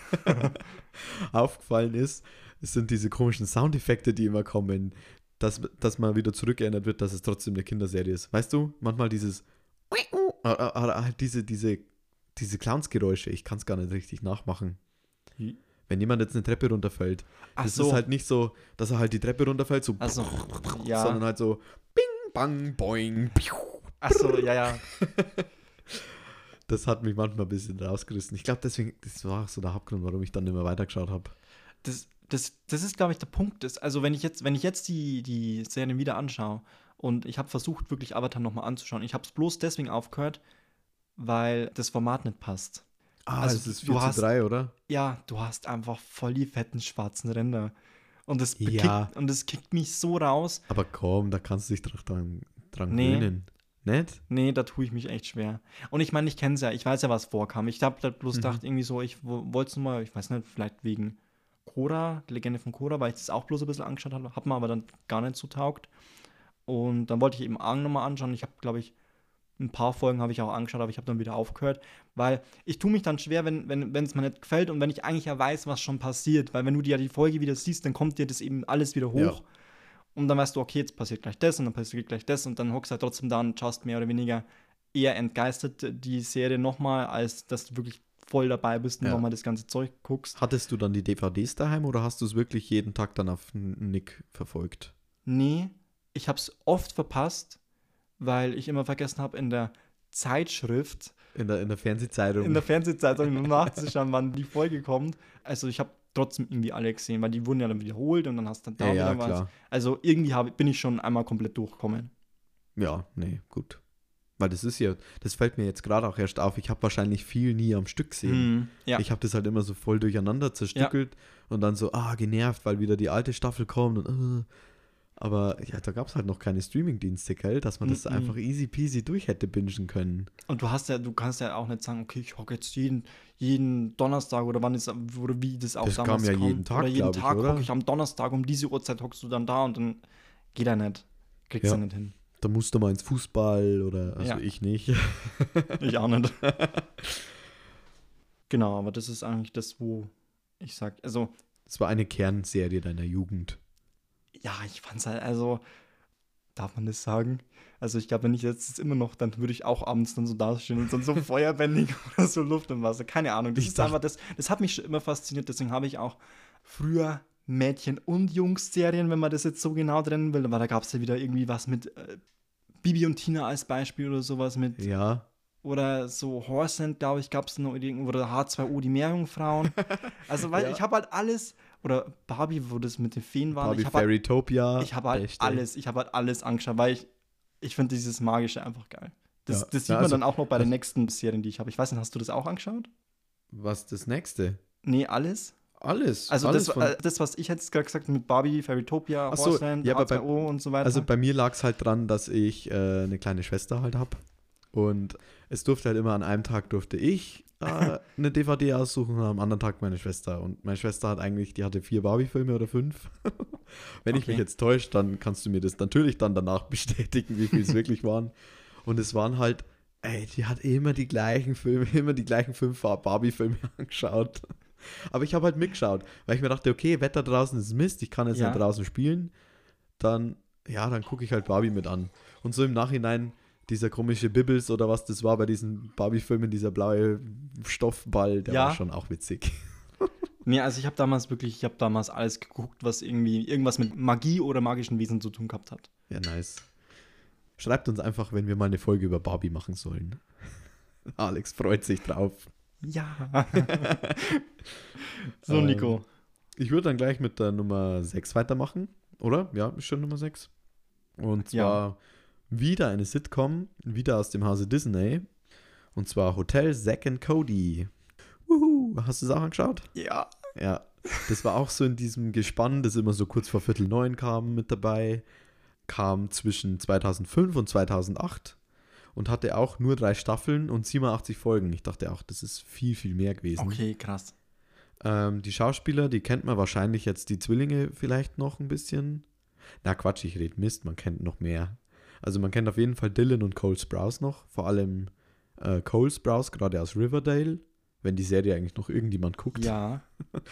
aufgefallen ist, es sind diese komischen Soundeffekte, die immer kommen, dass, dass man wieder zurückerinnert wird, dass es trotzdem eine Kinderserie ist. Weißt du, manchmal dieses oder, oder halt diese, diese, diese Clownsgeräusche, ich kann es gar nicht richtig nachmachen. Wie? Wenn jemand jetzt eine Treppe runterfällt, Ach das so. ist halt nicht so, dass er halt die Treppe runterfällt, so Also, ja. sondern halt so bing, bang, boing, piu. Ach so, ja, ja. Das hat mich manchmal ein bisschen rausgerissen. Ich glaube, deswegen, das war auch so der Hauptgrund, warum ich dann nicht mehr weitergeschaut habe. Das, das, das ist, glaube ich, der Punkt. Das, also, wenn ich jetzt, wenn ich jetzt die, die Serien wieder anschaue und ich habe versucht, wirklich Avatar nochmal anzuschauen, ich habe es bloß deswegen aufgehört, weil das Format nicht passt. Ah, Also, es ist du vier hast- zu drei, oder? Ja, du hast einfach voll die fetten schwarzen Ränder. Und das, bekickt, Ja. und das kickt mich so raus. Aber komm, da kannst du dich doch dran, dran Nee. gewöhnen. Nicht? Nee, da tue ich mich echt schwer. Und ich meine, ich kenne es ja, ich weiß ja, was vorkam. Ich habe da bloß Mhm. gedacht, irgendwie so, ich wollte es nur mal, ich weiß nicht, vielleicht wegen Korra, die Legende von Korra, weil ich das auch bloß ein bisschen angeschaut habe, hat mir aber dann gar nicht so taugt. Und dann wollte ich eben Aang nochmal anschauen. Ich habe, glaube ich, ein paar Folgen habe ich auch angeschaut, aber ich habe dann wieder aufgehört, weil ich tue mich dann schwer, wenn wenn wenn, es mir nicht gefällt und wenn ich eigentlich ja weiß, was schon passiert, weil wenn du dir ja die Folge wieder siehst, dann kommt dir das eben alles wieder hoch. Ja. Und dann weißt du, okay, jetzt passiert gleich das und dann passiert gleich das und dann hockst du halt trotzdem da und schaust mehr oder weniger eher entgeistert die Serie nochmal, als dass du wirklich voll dabei bist und Ja. nochmal das ganze Zeug guckst. Hattest du dann die D V Ds daheim oder hast du es wirklich jeden Tag dann auf Nick verfolgt? Nee, ich habe es oft verpasst, weil ich immer vergessen habe, in der Zeitschrift, In der, in der Fernsehzeitung? in der Fernsehzeitung nur nachzuschauen, wann die Folge kommt. Also ich habe trotzdem irgendwie alle gesehen, weil die wurden ja dann wiederholt und dann hast du da Ja, wieder ja, was. klar. Also irgendwie hab, bin ich schon einmal komplett durchgekommen. Ja, nee, gut. Weil das ist ja, das fällt mir jetzt gerade auch erst auf. Ich habe wahrscheinlich viel nie am Stück gesehen. Hm, ja. Ich habe das halt immer so voll durcheinander zerstückelt und dann so, ah, genervt, weil wieder die alte Staffel kommt. Und, äh. Aber ja, da gab es halt noch keine Streamingdienste, gell, dass man das Mhm. einfach easy peasy durch hätte bingen können. Und du hast ja, du kannst ja auch nicht sagen, okay, ich hocke jetzt jeden, jeden Donnerstag oder wann ist, oder wie das auch Das damals kam ja kommt. jeden Tag, oder jeden glaub ich, Tag oder? hocke ich am Donnerstag um diese Uhrzeit hockst du dann da und dann geht er nicht. Kriegst Ja. du nicht hin. Da musst du mal ins Fußball oder, also Ja. ich nicht. Ich auch nicht. Genau, aber das ist eigentlich das, wo ich sag, also, Das war eine Kernserie deiner Jugend. ja, ich fand's halt, also, darf man das sagen? Also, ich glaube, wenn ich jetzt immer noch, dann würde ich auch abends dann so dastehen und dann so feuerbändig oder so Luft und Wasser. Keine Ahnung. Das Ich ist dacht- einfach, das, das hat mich schon immer fasziniert. Deswegen habe ich auch früher Mädchen- und Jungs-Serien, wenn man das jetzt so genau trennen will. Aber da gab es ja wieder irgendwie was mit äh, Bibi und Tina als Beispiel oder sowas mit. Ja, Oder so Horsend, glaube ich, gab es noch irgendwo. Oder H zwei O, die Meerjungfrauen. Also, weil Ja. ich habe halt alles. Oder Barbie, wo das mit den Feen war. Barbie Ich habe halt, Fairytopia. ich hab halt Beste. alles. Ich habe halt alles angeschaut, weil ich, ich finde dieses Magische einfach geil. Das, Ja. das sieht Ja, man also- dann auch noch bei den also- nächsten Serien, die ich habe. Ich weiß nicht, hast du das auch angeschaut? Was das nächste? Nee, alles. Alles. Also alles das, von, äh, das, was ich jetzt gerade gesagt habe mit Barbie, Fairytopia, Ach so, Horseland, ja, aber H zwei O und so weiter. Also bei mir lag es halt dran, dass ich äh, eine kleine Schwester halt habe. Und es durfte halt immer an einem Tag durfte ich äh, eine D V D aussuchen und am anderen Tag meine Schwester. Und meine Schwester hat eigentlich, die hatte vier Barbie-Filme oder fünf. Wenn ich Okay. mich jetzt täusche, dann kannst du mir das natürlich dann danach bestätigen, wie viel es wirklich waren. Und es waren halt, ey, die hat immer die gleichen Filme, immer die gleichen fünf Barbie-Filme angeschaut. Aber ich habe halt mitgeschaut, weil ich mir dachte, okay, Wetter draußen ist Mist, ich kann jetzt Ja. nicht draußen spielen. Dann, ja, dann gucke ich halt Barbie mit an. Und so im Nachhinein, dieser komische Bibbles oder was das war bei diesen Barbie-Filmen, dieser blaue Stoffball, der Ja. war schon auch witzig. Nee, also ich habe damals wirklich, ich habe damals alles geguckt, was irgendwie irgendwas mit Magie oder magischen Wesen zu tun gehabt hat. Ja, nice. Schreibt uns einfach, wenn wir mal eine Folge über Barbie machen sollen. Alex freut sich drauf. Ja. so, Ähm, Nico. Ich würde dann gleich mit der Nummer sechs weitermachen, oder? Ja, ist schon Nummer sechs. Und Ja. zwar wieder eine Sitcom, wieder aus dem Hause Disney. Und zwar Hotel Zack and Cody. Wuhu, hast du es auch angeschaut? Ja. Ja, das war auch so in diesem Gespann, das immer so kurz vor Viertel neun kam mit dabei. Kam zwischen zweitausendfünf und zweitausendacht und hatte auch nur drei Staffeln und siebenundachtzig Folgen. Ich dachte auch, das ist viel, viel mehr gewesen. Okay, krass. Ähm, die Schauspieler, die kennt man wahrscheinlich jetzt, die Zwillinge vielleicht noch ein bisschen. Na Quatsch, ich rede Mist, man kennt noch mehr. Also man kennt auf jeden Fall Dylan und Cole Sprouse noch, vor allem äh, Cole Sprouse, gerade aus Riverdale, wenn die Serie eigentlich noch irgendjemand guckt. Ja.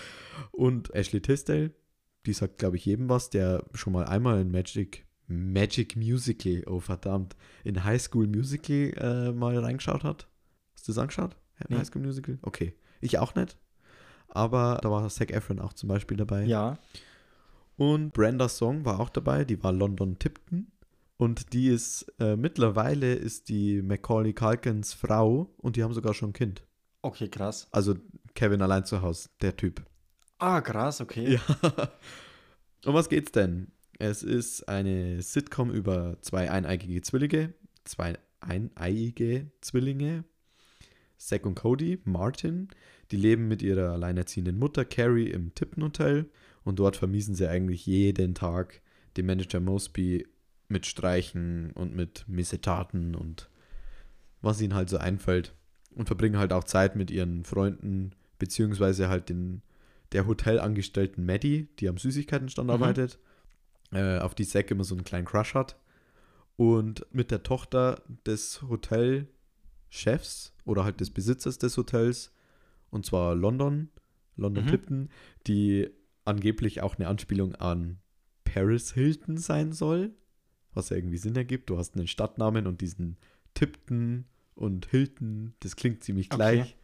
Und Ashley Tisdale, die sagt, glaube ich, jedem was, der schon mal einmal in Magic, Magic Musical, oh verdammt, in High School Musical äh, mal reingeschaut hat. Hast du das angeschaut? Nee. High School Musical? Okay. Ich auch nicht. Aber da war Zac Efron auch zum Beispiel dabei. Ja. Und Brenda Song war auch dabei, die war London Tipton. Und die ist, äh, mittlerweile ist die Macaulay Culkins Frau und die haben sogar schon ein Kind. Okay, krass. Also Kevin allein zu Hause, der Typ. Ah, krass, okay. Ja. Um was geht's denn? Es ist eine Sitcom über zwei eineigige Zwillinge, zwei eineige Zwillinge, Zack und Cody, Martin, die leben mit ihrer alleinerziehenden Mutter Carrie im Tipton Hotel und dort vermiesen sie eigentlich jeden Tag den Manager Mosby mit Streichen und mit Missetaten und was ihnen halt so einfällt und verbringen halt auch Zeit mit ihren Freunden, beziehungsweise halt den der Hotelangestellten Maddie, die am Süßigkeitenstand Mhm. arbeitet, äh, auf die Zack immer so einen kleinen Crush hat. Und mit der Tochter des Hotelchefs oder halt des Besitzers des Hotels, und zwar London, London Mhm. Tipton, die angeblich auch eine Anspielung an Paris Hilton sein soll, was ja irgendwie Sinn ergibt. Du hast einen Stadtnamen und diesen Tipton und Hilton, das klingt ziemlich Okay. gleich.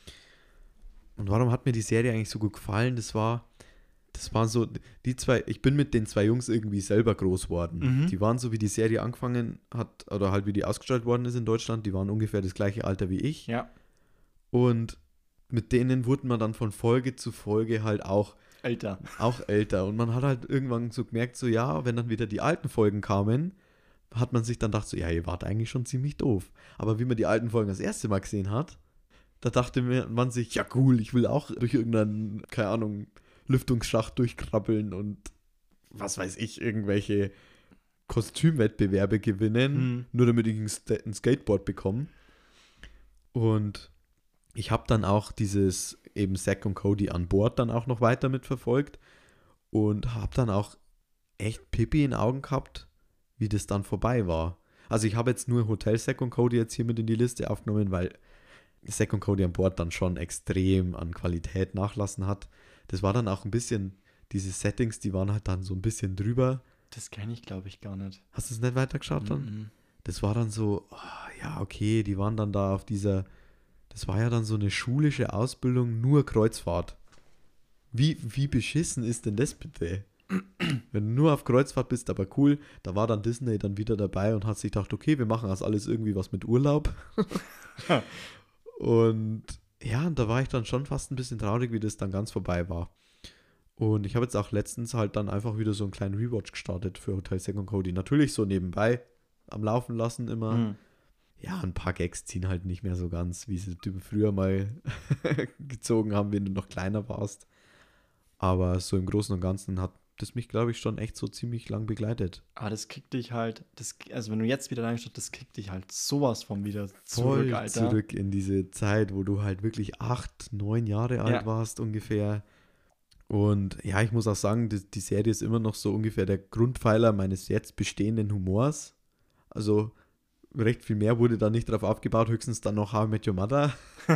Und warum hat mir die Serie eigentlich so gut gefallen? Das war, das waren so, die zwei, ich bin mit den zwei Jungs irgendwie selber groß geworden. Mhm. Die waren so, wie die Serie angefangen hat, oder halt wie die ausgestrahlt worden ist in Deutschland, die waren ungefähr das gleiche Alter wie ich. Ja. Und mit denen wurde man dann von Folge zu Folge halt auch Älter. Auch älter. Und man hat halt irgendwann so gemerkt, so ja, wenn dann wieder die alten Folgen kamen, hat man sich dann gedacht, so ja, ihr wart eigentlich schon ziemlich doof. Aber wie man die alten Folgen das erste Mal gesehen hat, da dachte man sich, ja cool, ich will auch durch irgendeinen, keine Ahnung, Lüftungsschacht durchkrabbeln und was weiß ich, irgendwelche Kostümwettbewerbe gewinnen, Hm. nur damit ich ein, Sta- ein Skateboard bekomme. Und ich habe dann auch dieses eben Zack und Cody an Bord dann auch noch weiter mitverfolgt und habe dann auch echt Pipi in den Augen gehabt, wie das dann vorbei war. Also ich habe jetzt nur Hotel Zack und Cody jetzt hier mit in die Liste aufgenommen, weil Zack und Cody an Bord dann schon extrem an Qualität nachlassen hat. Das war dann auch ein bisschen, diese Settings, die waren halt dann so ein bisschen drüber. Das kenne ich, glaube ich, gar nicht. Hast du es nicht weitergeschaut dann? Mhm. Das war dann so, oh, ja, okay, die waren dann da auf dieser, das war ja dann so eine schulische Ausbildung, nur Kreuzfahrt. Wie, wie beschissen ist denn das bitte? Wenn du nur auf Kreuzfahrt bist, aber cool, da war dann Disney dann wieder dabei und hat sich gedacht, okay, wir machen das alles irgendwie was mit Urlaub. Und ja, und da war ich dann schon fast ein bisschen traurig, wie das dann ganz vorbei war. Und ich habe jetzt auch letztens halt dann einfach wieder so einen kleinen Rewatch gestartet für Hotel Zack und Cody. Natürlich so nebenbei am Laufen lassen immer. Mhm. Ja, ein paar Gags ziehen halt nicht mehr so ganz, wie sie früher mal gezogen haben, wenn du noch kleiner warst. Aber so im Großen und Ganzen hat das mich, glaube ich, schon echt so ziemlich lang begleitet. Aber das kickt dich halt, das, also wenn du jetzt wieder reinschaust, das kickt dich halt sowas von wieder Voll zurück, Alter. zurück in diese Zeit, wo du halt wirklich acht, neun Jahre alt Ja. warst ungefähr. Und ja, ich muss auch sagen, die, die Serie ist immer noch so ungefähr der Grundpfeiler meines jetzt bestehenden Humors. Also recht viel mehr wurde da nicht drauf aufgebaut, höchstens dann noch How I Met Your Mother.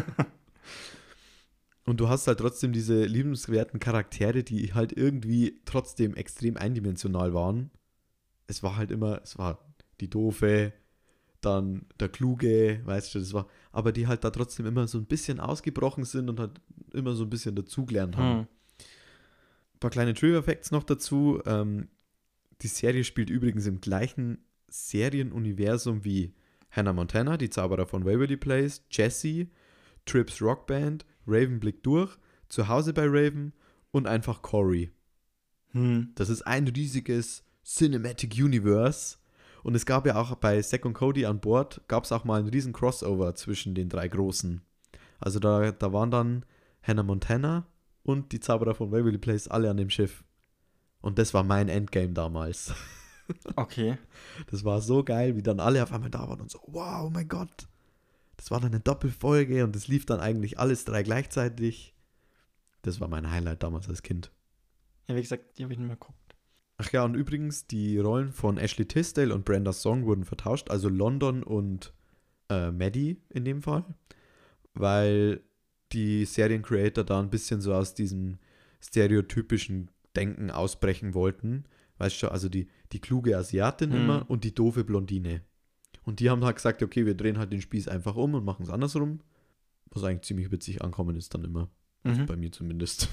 Und du hast halt trotzdem diese liebenswerten Charaktere, die halt irgendwie trotzdem extrem eindimensional waren. Es war halt immer, es war die Doofe, dann der Kluge, weißt du, das war, aber die halt da trotzdem immer so ein bisschen ausgebrochen sind und halt immer so ein bisschen dazugelernt haben. Hm. Ein paar kleine Trivia-Facts noch dazu. Ähm, die Serie spielt übrigens im gleichen Serienuniversum wie Hannah Montana, die Zauberer von Waverly Place, Jessie, Trips Rockband, Raven blickt durch, Zuhause bei Raven und einfach Cory. Hm. Das ist ein riesiges Cinematic Universe. Und es gab ja auch bei Zack und Cody an Bord, gab es auch mal einen riesen Crossover zwischen den drei Großen. Also da, da waren dann Hannah Montana und die Zauberer von Waverly Place alle an dem Schiff. Und das war mein Endgame damals. Okay. Das war so geil, wie dann alle auf einmal da waren und so, wow, oh mein Gott. Das war dann eine Doppelfolge und es lief dann eigentlich alles drei gleichzeitig. Das war mein Highlight damals als Kind. Ja, wie gesagt, die habe ich nicht mehr geguckt. Ach ja, und übrigens, die Rollen von Ashley Tisdale und Brenda Song wurden vertauscht, also London und äh, Maddie in dem Fall, weil die Seriencreator da ein bisschen so aus diesem stereotypischen Denken ausbrechen wollten. Weißt du, also die, die kluge Asiatin Hm. immer und die doofe Blondine. Und die haben halt gesagt, okay, wir drehen halt den Spieß einfach um und machen es andersrum. Was eigentlich ziemlich witzig ankommen ist dann immer. Also Mhm. bei mir zumindest.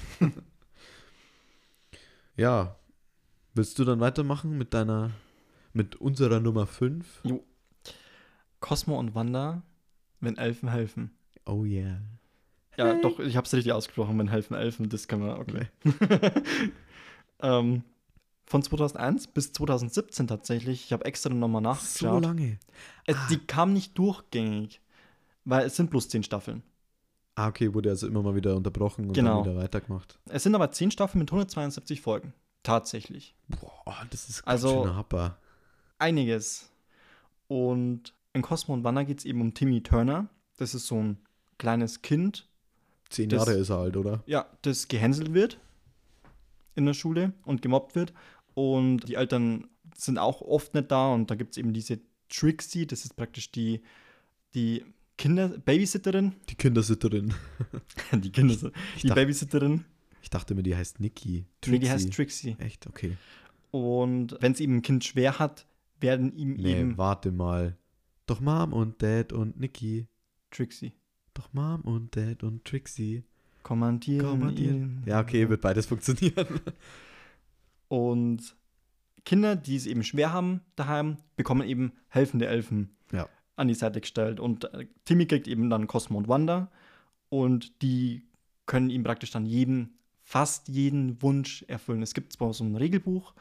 Ja. Willst du dann weitermachen mit deiner, mit unserer Nummer fünf? Jo. Cosmo und Wanda, wenn Elfen helfen. Oh yeah. Ja, Hey. doch, ich habe es richtig ausgesprochen, wenn helfen Elfen, das kann man, okay. ähm, von zweitausendeins bis zweitausendsiebzehn tatsächlich, ich habe extra nochmal So nachgeschaut. lange. Es, Ah. Die kam nicht durchgängig, weil es sind bloß zehn Staffeln. Ah, okay, wurde also immer mal wieder unterbrochen und Genau. dann wieder weitergemacht. Es sind aber zehn Staffeln mit hundertzweiundsiebzig Folgen. Tatsächlich. Boah, das ist Also- also, schöner Happer. Einiges. Und in Cosmo und Wanda geht es eben um Timmy Turner. Das ist so ein kleines Kind, Zehn das- Jahre ist er alt, oder? ja, das gehänselt wird in der Schule und gemobbt wird. Und die Eltern sind auch oft nicht da. Und da gibt es eben diese Trixie, das ist praktisch die, die Kinder, Babysitterin. Die Kindersitterin. die Kinder, Ich die dachte- Babysitterin. Ich dachte mir, die heißt Nikki. Nee, die heißt Trixie. Echt? Okay. Und wenn es eben ein Kind schwer hat, werden ihm Nee, eben warte mal. Doch Mom und Dad und Nikki. Trixie Doch Mom und Dad und Trixie. kommandieren. Kommandieren. ihn. Ja, okay, wird beides funktionieren. Und Kinder, die es eben schwer haben daheim, bekommen eben helfende Elfen Ja. an die Seite gestellt. Und äh, Timmy kriegt eben dann Cosmo und Wanda. und die können ihm praktisch dann jeden, fast jeden Wunsch erfüllen. Es gibt zwar so ein Regelbuch,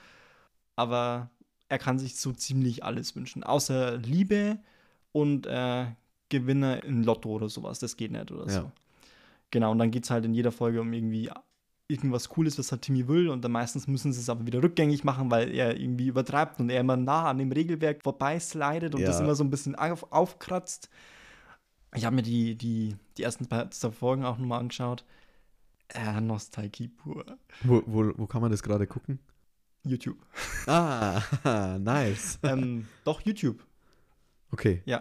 aber er kann sich so ziemlich alles wünschen, außer Liebe und äh, Gewinne im Lotto oder sowas. Das geht nicht oder Ja. so. Genau, und dann geht es halt in jeder Folge um irgendwie irgendwas Cooles, was halt Timmy will, und dann meistens müssen sie es aber wieder rückgängig machen, weil er irgendwie übertreibt und er immer nah an dem Regelwerk vorbeislidet und Ja. das immer so ein bisschen auf, aufkratzt. Ich habe mir die, die, die ersten paar Folgen auch nochmal angeschaut. Äh, Nostalgie pur. Wo, wo, wo kann man das gerade gucken? YouTube. Ah, nice. ähm, doch, YouTube. Okay. Ja.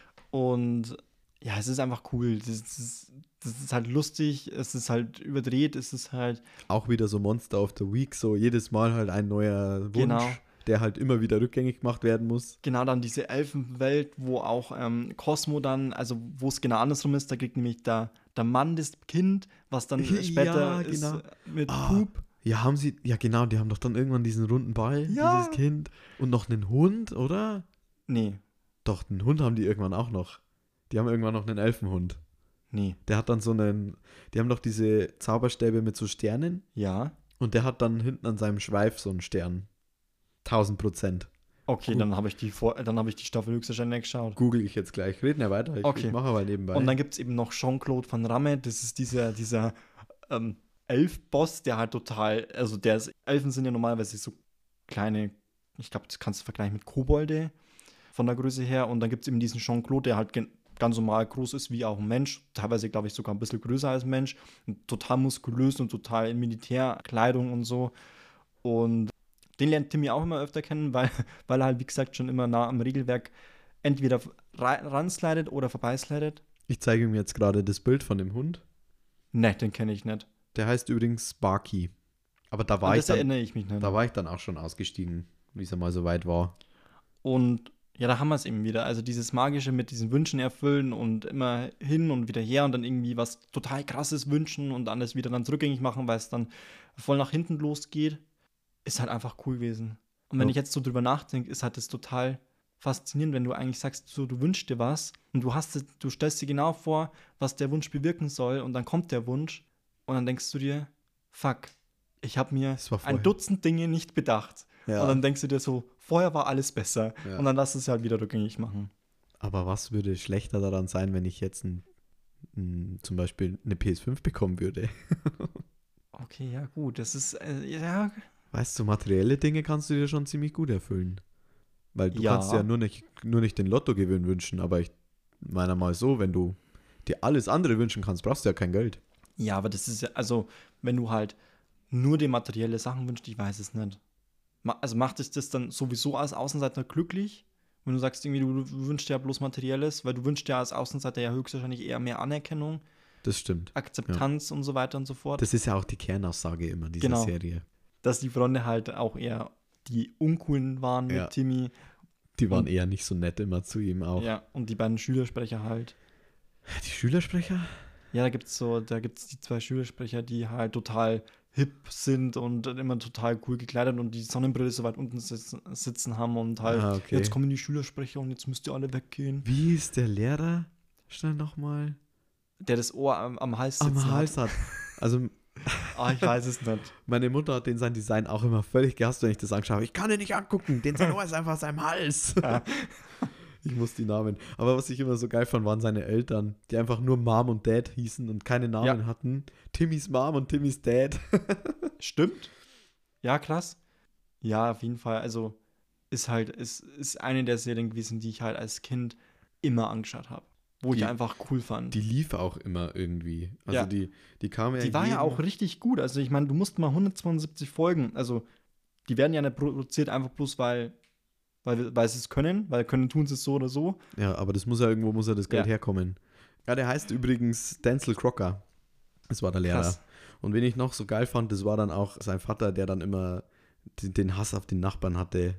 Und ja, es ist einfach cool. Das ist, das ist halt lustig, es ist halt überdreht, es ist halt. Auch wieder so Monster of the Week, so jedes Mal halt ein neuer Wunsch, Genau. der halt immer wieder rückgängig gemacht werden muss. Genau, dann diese Elfenwelt, wo auch ähm, Cosmo dann, also wo es genau andersrum ist, da kriegt nämlich der, der Mann das Kind, was dann Ja, später genau. ist mit Ah, Poop. Ja, haben sie, ja genau, die haben doch dann irgendwann diesen runden Ball, Ja. dieses Kind. Und noch einen Hund, oder? Nee, Doch, einen Hund haben die irgendwann auch noch. Die haben irgendwann noch einen Elfenhund. nee, Der hat dann so einen, die haben doch diese Zauberstäbe mit so Sternen. ja. Und der hat dann hinten an seinem Schweif so einen Stern. Tausend Prozent. Okay, Gut. dann habe ich die Vor dann habe ich die Staffel höchstwahrscheinlich geschaut. Google ich jetzt gleich. Reden ja weiter. Ich, Okay. ich mache aber nebenbei. Und dann gibt es eben noch Jean-Claude Van Damme, das ist dieser, dieser ähm, Elf-Boss, der halt total, also der ist, Elfen sind ja normalerweise so kleine, ich glaube, das kannst du vergleichen mit Kobolde von der Größe her. Und dann gibt es eben diesen Jean-Claude, der halt gen- ganz normal groß ist wie auch ein Mensch, teilweise glaube ich sogar ein bisschen größer als ein Mensch, und total muskulös und total in Militärkleidung und so. Und den lernt Timmy auch immer öfter kennen, weil, weil er halt, wie gesagt, schon immer nah am Regelwerk entweder ra- ranslidet oder vorbeislidet. Ich zeige ihm jetzt gerade das Bild von dem Hund. Ne, den kenne ich nicht. Der heißt übrigens Sparky. Aber da war, An ich das dann, erinnere ich mich nicht. da war ich dann auch schon ausgestiegen, wie es mal so weit war. Und ja, da haben wir es eben wieder. Also dieses Magische mit diesen Wünschen erfüllen und immer hin und wieder her und dann irgendwie was total Krasses wünschen und dann das wieder dann rückgängig machen, weil es dann voll nach hinten losgeht, ist halt einfach cool gewesen. Und wenn Ja. ich jetzt so drüber nachdenke, ist halt das total faszinierend, wenn du eigentlich sagst, so, du wünschst dir was und du hast es, du stellst dir genau vor, was der Wunsch bewirken soll, und dann kommt der Wunsch und dann denkst du dir, fuck, ich habe mir Das war ein vorher. Dutzend Dinge nicht bedacht. Ja. Und dann denkst du dir so, vorher war alles besser. Ja. Und dann lass es halt wieder rückgängig machen. Aber was würde schlechter daran sein, wenn ich jetzt ein, ein, zum Beispiel eine P S fünf bekommen würde? Okay, ja, gut. Das ist, äh, ja, Weißt du, materielle Dinge kannst du dir schon ziemlich gut erfüllen. Weil du Ja. kannst ja nur nicht, nur nicht den Lottogewinn wünschen, aber ich meine mal so, wenn du dir alles andere wünschen kannst, brauchst du ja kein Geld. ja, aber das ist ja, also, wenn du halt nur dir materielle Sachen wünschst, ich weiß es nicht. Ma- Also macht es das dann sowieso als Außenseiter glücklich? Wenn du sagst, irgendwie, du wünschst dir ja bloß Materielles, weil du wünschst dir als Außenseiter ja höchstwahrscheinlich eher mehr Anerkennung, Das stimmt. Akzeptanz und so weiter und so fort. Das ist ja auch die Kernaussage immer dieser Genau. Serie. Dass die Freunde halt auch eher die Uncoolen waren Ja. mit Timmy. Die waren Und- eher nicht so nett immer zu ihm auch. Ja, und die beiden Schülersprecher halt. Die Schülersprecher? Ja, da gibt's so, da gibt's die zwei Schülersprecher, die halt total hip sind und immer total cool gekleidet und die Sonnenbrille so weit unten sitzen, sitzen haben und halt, Ah, okay. jetzt kommen die Schülersprecher und jetzt müsst ihr alle weggehen. Wie ist der Lehrer? Schnell nochmal. Der das Ohr am, am Hals sitzen Am Hals hat. hat. Also Ah, ich weiß es nicht. meine Mutter hat den sein Design auch immer völlig gehasst, wenn ich das anschaue. Ich kann ihn nicht angucken, den sein Ohr ist einfach aus seinem Hals. Ich muss die Namen. Aber was ich immer so geil fand, waren seine Eltern, die einfach nur Mom und Dad hießen und keine Namen Ja. hatten. Timmys Mom und Timmys Dad. Stimmt. Ja, krass. Ja, auf jeden Fall. Also ist halt, ist, ist eine der Serien gewesen, die ich halt als Kind immer angeschaut habe. Wo Die- ich einfach cool fand. Die lief auch immer irgendwie. Also Ja. die, die kam ja Die war ja jeden- auch richtig gut. Also ich meine, du musst mal hundertzweiundsiebzig Folgen, also die werden ja nicht produziert einfach bloß, weil, weil, weil sie es können, weil können tun sie es so oder so. Ja, aber das muss ja irgendwo, muss ja das Geld Ja. herkommen. Ja, der heißt übrigens Denzel Crocker. Das war der Lehrer. Krass. Und wen ich noch so geil fand, das war dann auch sein Vater, der dann immer den, den Hass auf den Nachbarn hatte.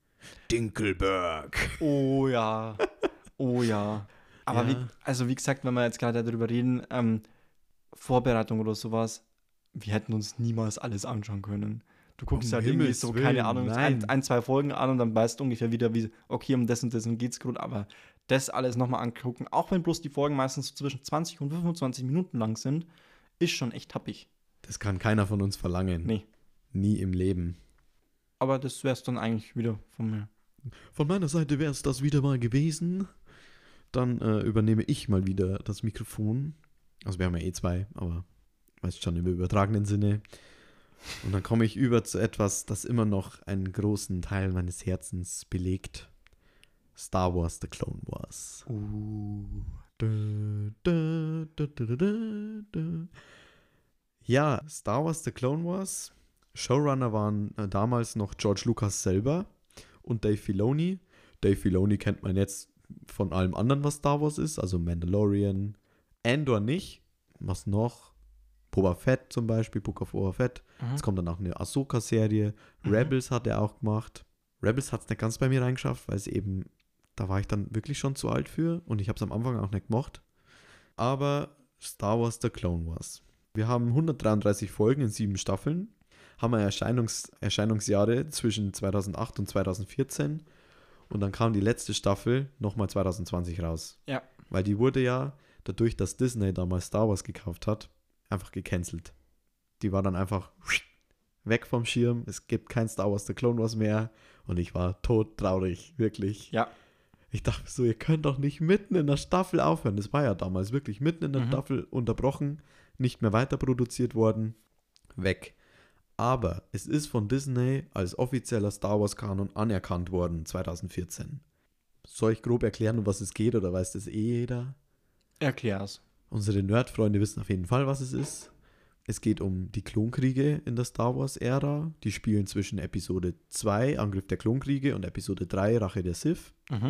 Dinkelberg. Oh ja. Oh ja. Aber Ja. wie, also wie gesagt, wenn wir jetzt gerade darüber reden, ähm, Vorbereitung oder sowas, wir hätten uns niemals alles anschauen können. Du guckst Um halt irgendwie Himmels so, Willen, keine Ahnung, nein. ein, ein, zwei Folgen an und dann weißt du ungefähr wieder, wie, okay, um das und das geht's gut, aber das alles nochmal angucken, auch wenn bloß die Folgen meistens so zwischen zwanzig und fünfundzwanzig Minuten lang sind, ist schon echt happig. Das kann keiner von uns verlangen. Nee. Nie im Leben. Aber das wär's dann eigentlich wieder von mir. Von meiner Seite wäre es das wieder mal gewesen. Dann äh, übernehme ich mal wieder das Mikrofon. Also wir haben ja eh zwei, aber weißt schon im übertragenen Sinne. Und dann komme ich über zu etwas, das immer noch einen großen Teil meines Herzens belegt. Star Wars The Clone Wars. Uh. Da, da, da, da, da, da. Ja, Star Wars The Clone Wars. Showrunner waren äh, damals noch George Lucas selber und Dave Filoni. Dave Filoni kennt man jetzt von allem anderen, was Star Wars ist, also Mandalorian, Andor nicht. Was noch? Boba Fett zum Beispiel, Book of Boba Fett. Mhm. Jetzt kommt dann auch eine Ahsoka-Serie. Mhm. Rebels hat er auch gemacht. Rebels hat es nicht ganz bei mir reingeschafft, weil es eben, da war ich dann wirklich schon zu alt für und ich habe es am Anfang auch nicht gemocht. Aber Star Wars The Clone Wars. Wir haben hundertdreiunddreißig Folgen in sieben Staffeln, haben wir Erscheinungs- Erscheinungsjahre zwischen zweitausendacht und zweitausendvierzehn und dann kam die letzte Staffel nochmal zweitausendzwanzig raus. Ja. Weil die wurde ja, dadurch, dass Disney damals Star Wars gekauft hat, einfach gecancelt. Die war dann einfach weg vom Schirm, es gibt kein Star Wars The Clone Wars mehr und ich war todtraurig, wirklich. Ja. Ich dachte so, ihr könnt doch nicht mitten in der Staffel aufhören. Das war ja damals wirklich mitten in der Mhm. Staffel unterbrochen, nicht mehr weiter produziert worden, weg. Aber es ist von Disney als offizieller Star Wars Kanon anerkannt worden, zweitausendvierzehn. Soll ich grob erklären, um was es geht, oder weiß das eh jeder? Erklär's. Unsere Nerd-Freunde wissen auf jeden Fall, was es ist. Es geht um die Klonkriege in der Star Wars-Ära. Die spielen zwischen Episode zwei, Angriff der Klonkriege, und Episode drei, Rache der Sith. Mhm.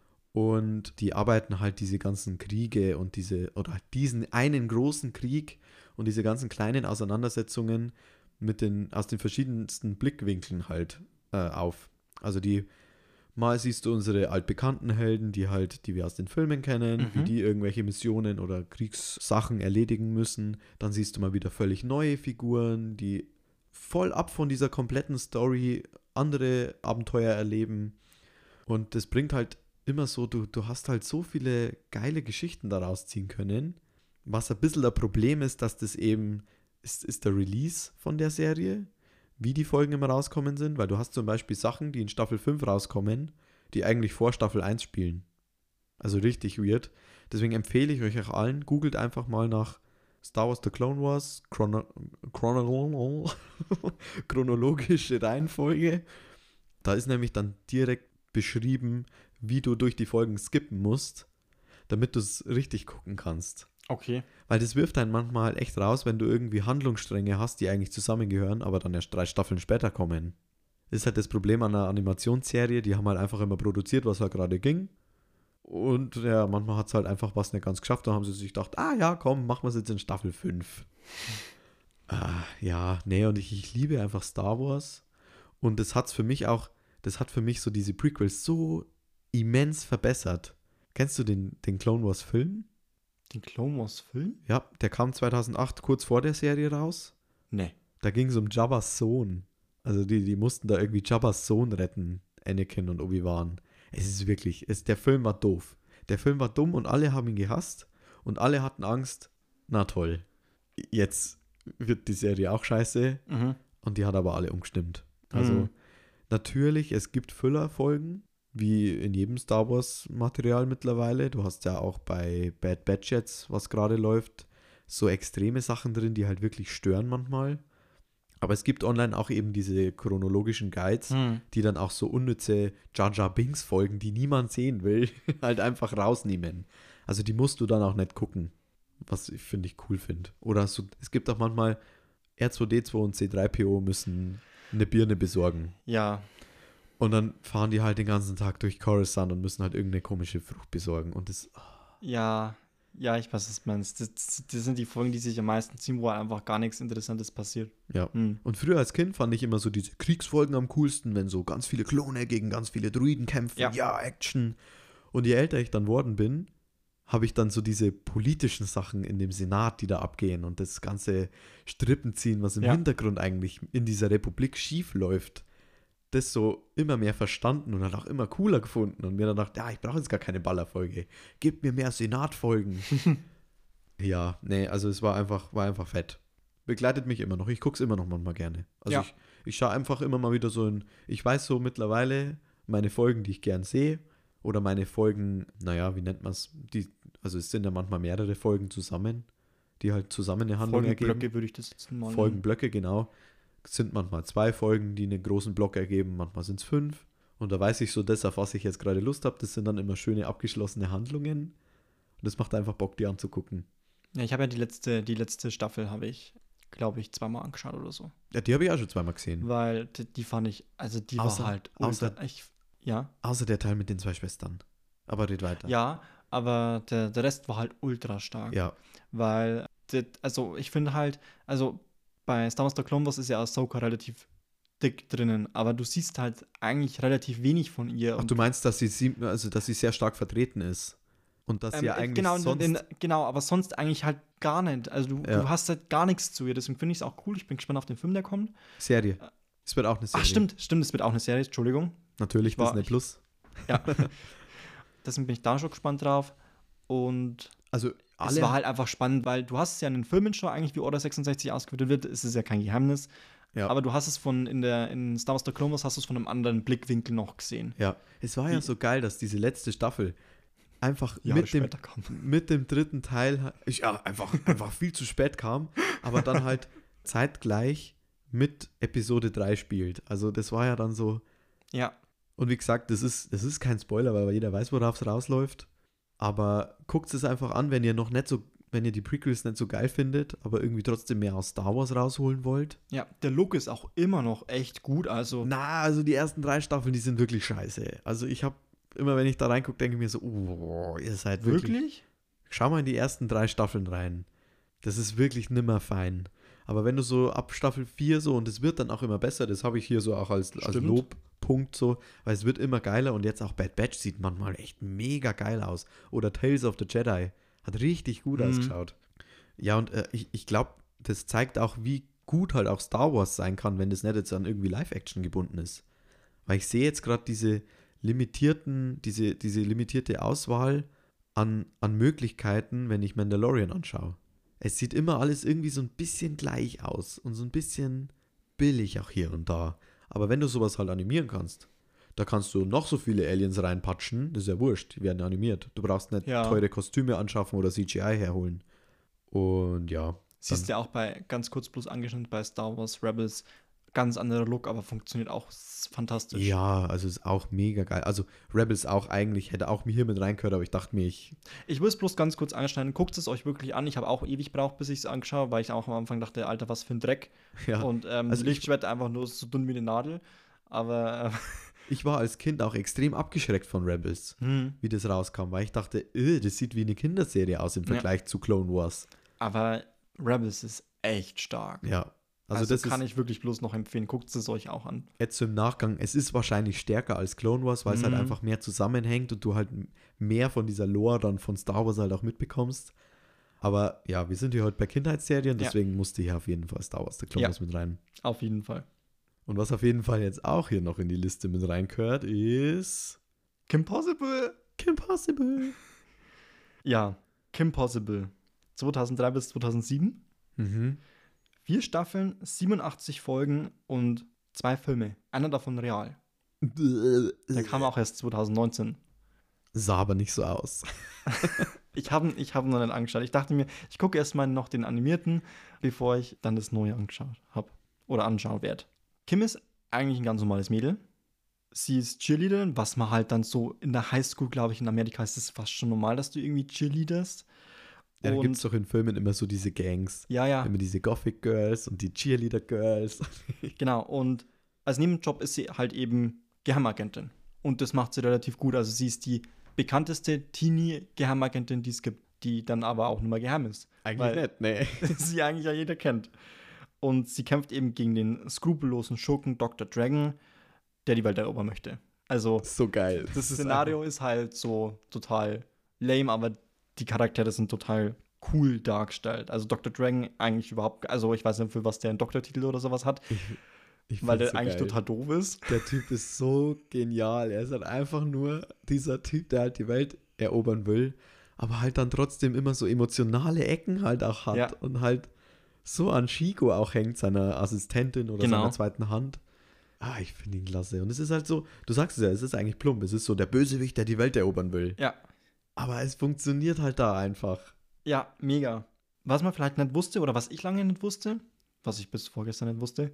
Und die arbeiten halt diese ganzen Kriege und diese, oder diesen einen großen Krieg und diese ganzen kleinen Auseinandersetzungen mit den, aus den verschiedensten Blickwinkeln halt äh, auf. Also die, mal siehst du unsere altbekannten Helden, die halt, die wir aus den Filmen kennen, Mhm. wie die irgendwelche Missionen oder Kriegssachen erledigen müssen. Dann siehst du mal wieder völlig neue Figuren, die voll ab von dieser kompletten Story andere Abenteuer erleben. Und das bringt halt immer so, du, du hast halt so viele geile Geschichten daraus ziehen können. Was ein bisschen das Problem ist, dass das eben, ist, ist der Release von der Serie, wie die Folgen immer rauskommen sind, weil du hast zum Beispiel Sachen, die in Staffel fünf rauskommen, die eigentlich vor Staffel eins spielen. Also richtig weird. Deswegen empfehle ich euch auch allen, googelt einfach mal nach Star Wars The Clone Wars, Chrono- Chrono- chronologische Reihenfolge. Da ist nämlich dann direkt beschrieben, wie du durch die Folgen skippen musst, damit du es richtig gucken kannst. Okay. Weil das wirft einen manchmal echt raus, wenn du irgendwie Handlungsstränge hast, die eigentlich zusammengehören, aber dann erst drei Staffeln später kommen. Das ist halt das Problem an einer Animationsserie, die haben halt einfach immer produziert, was halt gerade ging. Und ja, manchmal hat es halt einfach was nicht ganz geschafft, da haben sie sich gedacht, ah ja, komm, machen wir es jetzt in Staffel fünf. ah, ja, nee, und ich, ich liebe einfach Star Wars. Und das hat's für mich auch, das hat für mich so diese Prequels so immens verbessert. Kennst du den, den Clone Wars Film? Den Clone Wars Film? Ja, der kam zweitausendacht kurz vor der Serie raus. Nee. Da ging es um Jabba's Sohn. Also die, die mussten da irgendwie Jabba's Sohn retten, Anakin und Obi-Wan. Es ist wirklich, es, der Film war doof. Der Film war dumm und alle haben ihn gehasst und alle hatten Angst. Na toll, jetzt wird die Serie auch scheiße Mhm. und die hat aber alle umgestimmt. Also Mhm. natürlich, es gibt Füllerfolgen, wie in jedem Star Wars-Material mittlerweile. Du hast ja auch bei Bad Batch jetzt, was gerade läuft, so extreme Sachen drin, die halt wirklich stören manchmal. Aber es gibt online auch eben diese chronologischen Guides, Mhm. die dann auch so unnütze Jar Jar Binks Folgen, die niemand sehen will, halt einfach rausnehmen. Also die musst du dann auch nicht gucken, was ich finde ich cool finde. Oder so, es gibt auch manchmal R zwei D zwei und C drei P O müssen eine Birne besorgen. Ja. Und dann fahren die halt den ganzen Tag durch Coruscant und müssen halt irgendeine komische Frucht besorgen. Und das, Ja. Ja, ich weiß, was du meinst. Das, das, das sind die Folgen, die sich am meisten ziehen, wo einfach gar nichts Interessantes passiert. ja. Mhm. Und früher als Kind fand ich immer so diese Kriegsfolgen am coolsten, wenn so ganz viele Klone gegen ganz viele Druiden kämpfen. Ja. Ja, Action. Und je älter ich dann worden bin, habe ich dann so diese politischen Sachen in dem Senat, die da abgehen und das ganze Strippenziehen, was im Ja. Hintergrund eigentlich in dieser Republik schief läuft, das so immer mehr verstanden und dann auch immer cooler gefunden und mir dann gedacht, ja, ich brauche jetzt gar keine Ballerfolge. Gib mir mehr Senatfolgen. Ja, nee, also es war einfach, war einfach fett. Begleitet mich immer noch. Ich gucke es immer noch manchmal gerne. Also Ja. ich, ich schaue einfach immer mal wieder so in, ich weiß so mittlerweile meine Folgen, die ich gern sehe oder meine Folgen, naja, wie nennt man es? Also es sind ja manchmal mehrere Folgen zusammen, die halt zusammen eine Handlung ergeben. Folgenblöcke würde ich das jetzt mal nennen. Folgenblöcke, genau. Es sind manchmal zwei Folgen, die einen großen Block ergeben, manchmal sind es fünf. Und da weiß ich so, das, auf was ich jetzt gerade Lust habe, das sind dann immer schöne abgeschlossene Handlungen. Und das macht einfach Bock, die anzugucken. Ja, ich habe ja die letzte, die letzte Staffel habe ich, glaube ich, zweimal angeschaut oder so. Ja, die habe ich auch schon zweimal gesehen. Weil die, die fand ich, also die Außer- war halt außer- ultra, ich, ja, Außer der Teil mit den zwei Schwestern. Aber red weiter. ja, aber der, der Rest war halt ultra stark. Ja, Weil, das, also ich finde halt, also bei Star Wars The Clone Wars ist ja Ahsoka relativ dick drinnen, aber du siehst halt eigentlich relativ wenig von ihr. Ach, du meinst, dass sie, sie, also, dass sie sehr stark vertreten ist. Und dass sie ja eigentlich genau, sonst... in, genau, aber sonst eigentlich halt gar nicht. Also du, Ja. du hast halt gar nichts zu ihr. Deswegen finde ich es auch cool. Ich bin gespannt auf den Film, der kommt. Serie. Es wird auch eine Serie. Ach, stimmt, stimmt, es wird auch eine Serie, Entschuldigung. Natürlich, Ich war- Disney ich- Plus. Ja. Deswegen bin ich da schon gespannt drauf. Und Also es alle... war halt einfach spannend, weil du hast es ja in den Filmen schon eigentlich, wie Order sechsundsechzig ausgeführt wird. Es ist ja kein Geheimnis. Ja. Aber du hast es von, in der, in Star Wars The Clone Wars hast du es von einem anderen Blickwinkel noch gesehen. Ja, es war ja Wie- so geil, dass diese letzte Staffel einfach Jahre mit dem, später kam. mit dem dritten Teil ich, ja, einfach, einfach viel zu spät kam, aber dann halt zeitgleich mit Episode drei spielt. Also das war ja dann so, Ja, und wie gesagt, das ist, das ist kein Spoiler, weil jeder weiß, worauf es rausläuft, aber guckt es einfach an, wenn ihr noch nicht so, wenn ihr die Prequels nicht so geil findet, aber irgendwie trotzdem mehr aus Star Wars rausholen wollt. ja, der Look ist auch immer noch echt gut. Also, Na, also die ersten drei Staffeln, die sind wirklich scheiße. Also ich habe, immer wenn ich da reingucke, denke ich mir so, oh, ihr seid wirklich... wirklich? Schau mal in die ersten drei Staffeln rein. Das ist wirklich nimmer fein. Aber wenn du so ab Staffel vier so, und es wird dann auch immer besser, das habe ich hier so auch als, als Stimmt. Lobpunkt so, weil es wird immer geiler und jetzt auch Bad Batch sieht manchmal echt mega geil aus. Oder Tales of the Jedi. Hat richtig gut Mhm. ausgeschaut. Ja, und äh, ich, ich glaube, das zeigt auch, wie gut halt auch Star Wars sein kann, wenn das nicht jetzt an irgendwie Live-Action gebunden ist. Weil ich sehe jetzt gerade diese limitierten, diese, diese limitierte Auswahl an, an Möglichkeiten, wenn ich Mandalorian anschaue. Es sieht immer alles irgendwie so ein bisschen gleich aus und so ein bisschen billig auch hier und da. Aber wenn du sowas halt animieren kannst, da kannst du noch so viele Aliens reinpatschen, das ist ja wurscht, die werden animiert. Du brauchst nicht Ja. teure Kostüme anschaffen oder C G I herholen. Und ja. Siehst du ja auch bei, ganz kurz bloß angeschnitten, bei Star Wars Rebels, ganz anderer Look, aber funktioniert auch s- fantastisch. Ja, also ist auch mega geil. Also Rebels auch eigentlich, hätte auch mir hier mit reingehört, aber ich dachte mir, ich, Ich will es bloß ganz kurz anschneiden. Guckt es euch wirklich an. Ich habe auch ewig gebraucht, bis ich es angeschaut, weil ich auch am Anfang dachte, Alter, was für ein Dreck. ja, Und ähm, Also ich- Lichtschwert einfach nur so dünn wie eine Nadel. Aber äh, ich war als Kind auch extrem abgeschreckt von Rebels, hm. wie das rauskam, weil ich dachte, "Äh, das sieht wie eine Kinderserie aus im Ja. Vergleich zu Clone Wars. aber Rebels ist echt stark. Ja, also, Also, das kann ist ich wirklich bloß noch empfehlen. Guckt es euch auch an. jetzt so im Nachgang, es ist wahrscheinlich stärker als Clone Wars, weil es halt Mhm. einfach mehr zusammenhängt und du halt m- mehr von dieser Lore dann von Star Wars halt auch mitbekommst. Aber ja, wir sind hier heute bei Kindheitsserien, Ja. deswegen musste hier auf jeden Fall Star Wars, der Clone Ja. Wars mit rein. Auf jeden Fall. Und was auf jeden Fall jetzt auch hier noch in die Liste mit reingehört, ist Kim Possible. Kim Possible. Ja, Kim Possible. zweitausenddrei bis zweitausendsieben. Mhm. Vier Staffeln, siebenundachtzig Folgen und zwei Filme. Einer davon real. Der kam auch erst zweitausendneunzehn. Sah aber nicht so aus. Ich habe ich hab ihn noch nicht angeschaut. Ich dachte mir, ich gucke erstmal noch den animierten, bevor ich dann das neue angeschaut habe. Oder anschauen werde. Kim ist eigentlich ein ganz normales Mädel. Sie ist Cheerleaderin, was man halt dann so in der Highschool, glaube ich, in Amerika ist es fast schon normal, dass du irgendwie cheerleaderst. Ja, da Und- gibt es doch in Filmen immer so diese Gangs. Ja, ja, Immer diese Gothic Girls und die Cheerleader Girls. genau. Und als Nebenjob ist sie halt eben Geheimagentin. Und das macht sie relativ gut. Also sie ist die bekannteste Teenie-Geheimagentin, die es gibt, die dann aber auch nicht mehr geheim ist. Eigentlich Weil- nicht, nee. sie eigentlich ja jeder kennt. Und sie kämpft eben gegen den skrupellosen Schurken Doktor Dragon, der die Welt erobern möchte. Also So geil. das Szenario ist halt so total lame, aber die Charaktere sind total cool dargestellt. Also Doktor Dragon eigentlich überhaupt, also ich weiß nicht, für was der einen Doktortitel oder sowas hat. Ich weil der find's so eigentlich geil. total doof ist. Der Typ ist so genial. Er ist halt einfach nur dieser Typ, der halt die Welt erobern will, aber halt dann trotzdem immer so emotionale Ecken halt auch hat Ja. und halt so an Chico auch hängt, seiner Assistentin oder Genau. seiner zweiten Hand. Ah, ich finde ihn klasse. Und es ist halt so, du sagst es ja, es ist eigentlich plump. Es ist so der Bösewicht, der die Welt erobern will. Ja. Aber es funktioniert halt da einfach. Ja, mega. Was man vielleicht nicht wusste oder was ich lange nicht wusste, was ich bis vorgestern nicht wusste,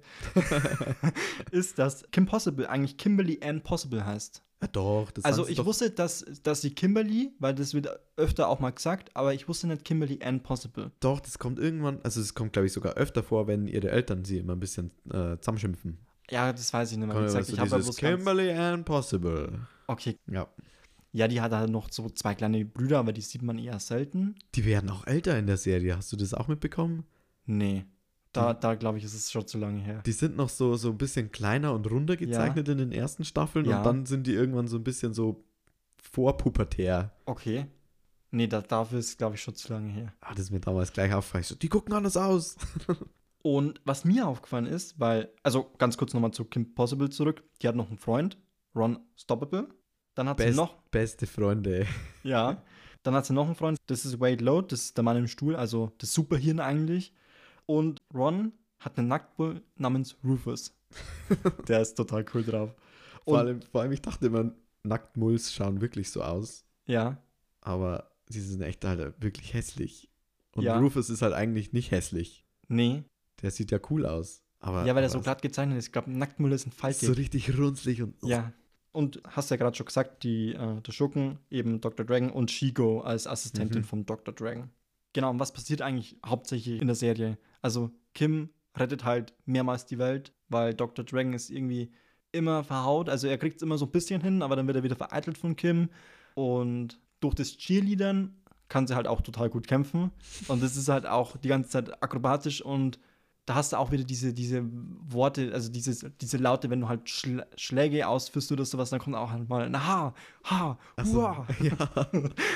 ist, dass Kim Possible eigentlich Kimberly Ann Possible heißt. Ja, doch. Das Also haben sie ich doch, wusste, dass, dass sie Kimberly, weil das wird öfter auch mal gesagt, aber ich wusste nicht Kimberly Ann Possible. Doch, das kommt irgendwann, also es kommt, glaube ich, sogar öfter vor, wenn ihre Eltern sie immer ein bisschen äh, zusammenschimpfen. Ja, das weiß ich nicht mehr. Wie Kommt immer gesagt, so ich habe ja dieses bloß ganz, Kimberly Ann Possible. okay. Ja. Ja, die hat halt noch so zwei kleine Brüder, aber die sieht man eher selten. Die werden auch älter in der Serie. Hast du das auch mitbekommen? Nee. Da, da glaube ich, ist es schon zu lange her. Die sind noch so, so ein bisschen kleiner und runder gezeichnet in den ersten Staffeln Ja. und dann sind die irgendwann so ein bisschen so vorpubertär. Okay. Nee, da, dafür ist, glaube ich, schon zu lange her. Ah, das ist mir damals gleich aufgefallen. Ich so, die gucken anders aus. Und was mir aufgefallen ist, weil, also ganz kurz nochmal zu Kim Possible zurück. Die hat noch einen Freund, Ron Stoppable. Dann hat sie Best, noch, beste Freunde. ja, dann hat sie noch einen Freund, das ist Wade Lowe, das ist der Mann im Stuhl, also das Superhirn eigentlich. Und Ron hat einen Nacktbull namens Rufus. Der ist total cool drauf. Vor Und, allem, vor allem, ich dachte immer, Nacktmulls schauen wirklich so aus. ja, Aber sie sind echt halt wirklich hässlich. Und Ja. Rufus ist halt eigentlich nicht hässlich. nee. Der sieht ja cool aus. Aber, Ja, weil er aber so glatt gezeichnet ist. Ich glaube, ein Nacktmull ist ein Faltig. so richtig runzlig und Ja. Und hast ja gerade schon gesagt, die, äh, der Schurken, eben Doktor Dragon und Chico als Assistentin Mhm. von Doktor Dragon. Genau, und was passiert eigentlich hauptsächlich in der Serie? Also Kim rettet halt mehrmals die Welt, weil Doktor Dragon ist irgendwie immer verhaut. Also er kriegt es immer so ein bisschen hin, aber dann wird er wieder vereitelt von Kim. Und durch das Cheerleadern kann sie halt auch total gut kämpfen. Und das ist halt auch die ganze Zeit akrobatisch und da hast du auch wieder diese, diese Worte, also dieses, diese Laute, wenn du halt Schl Schläge ausführst oder sowas, dann kommt auch halt mal ein Ha, Ha, Ach so, Hua. ja.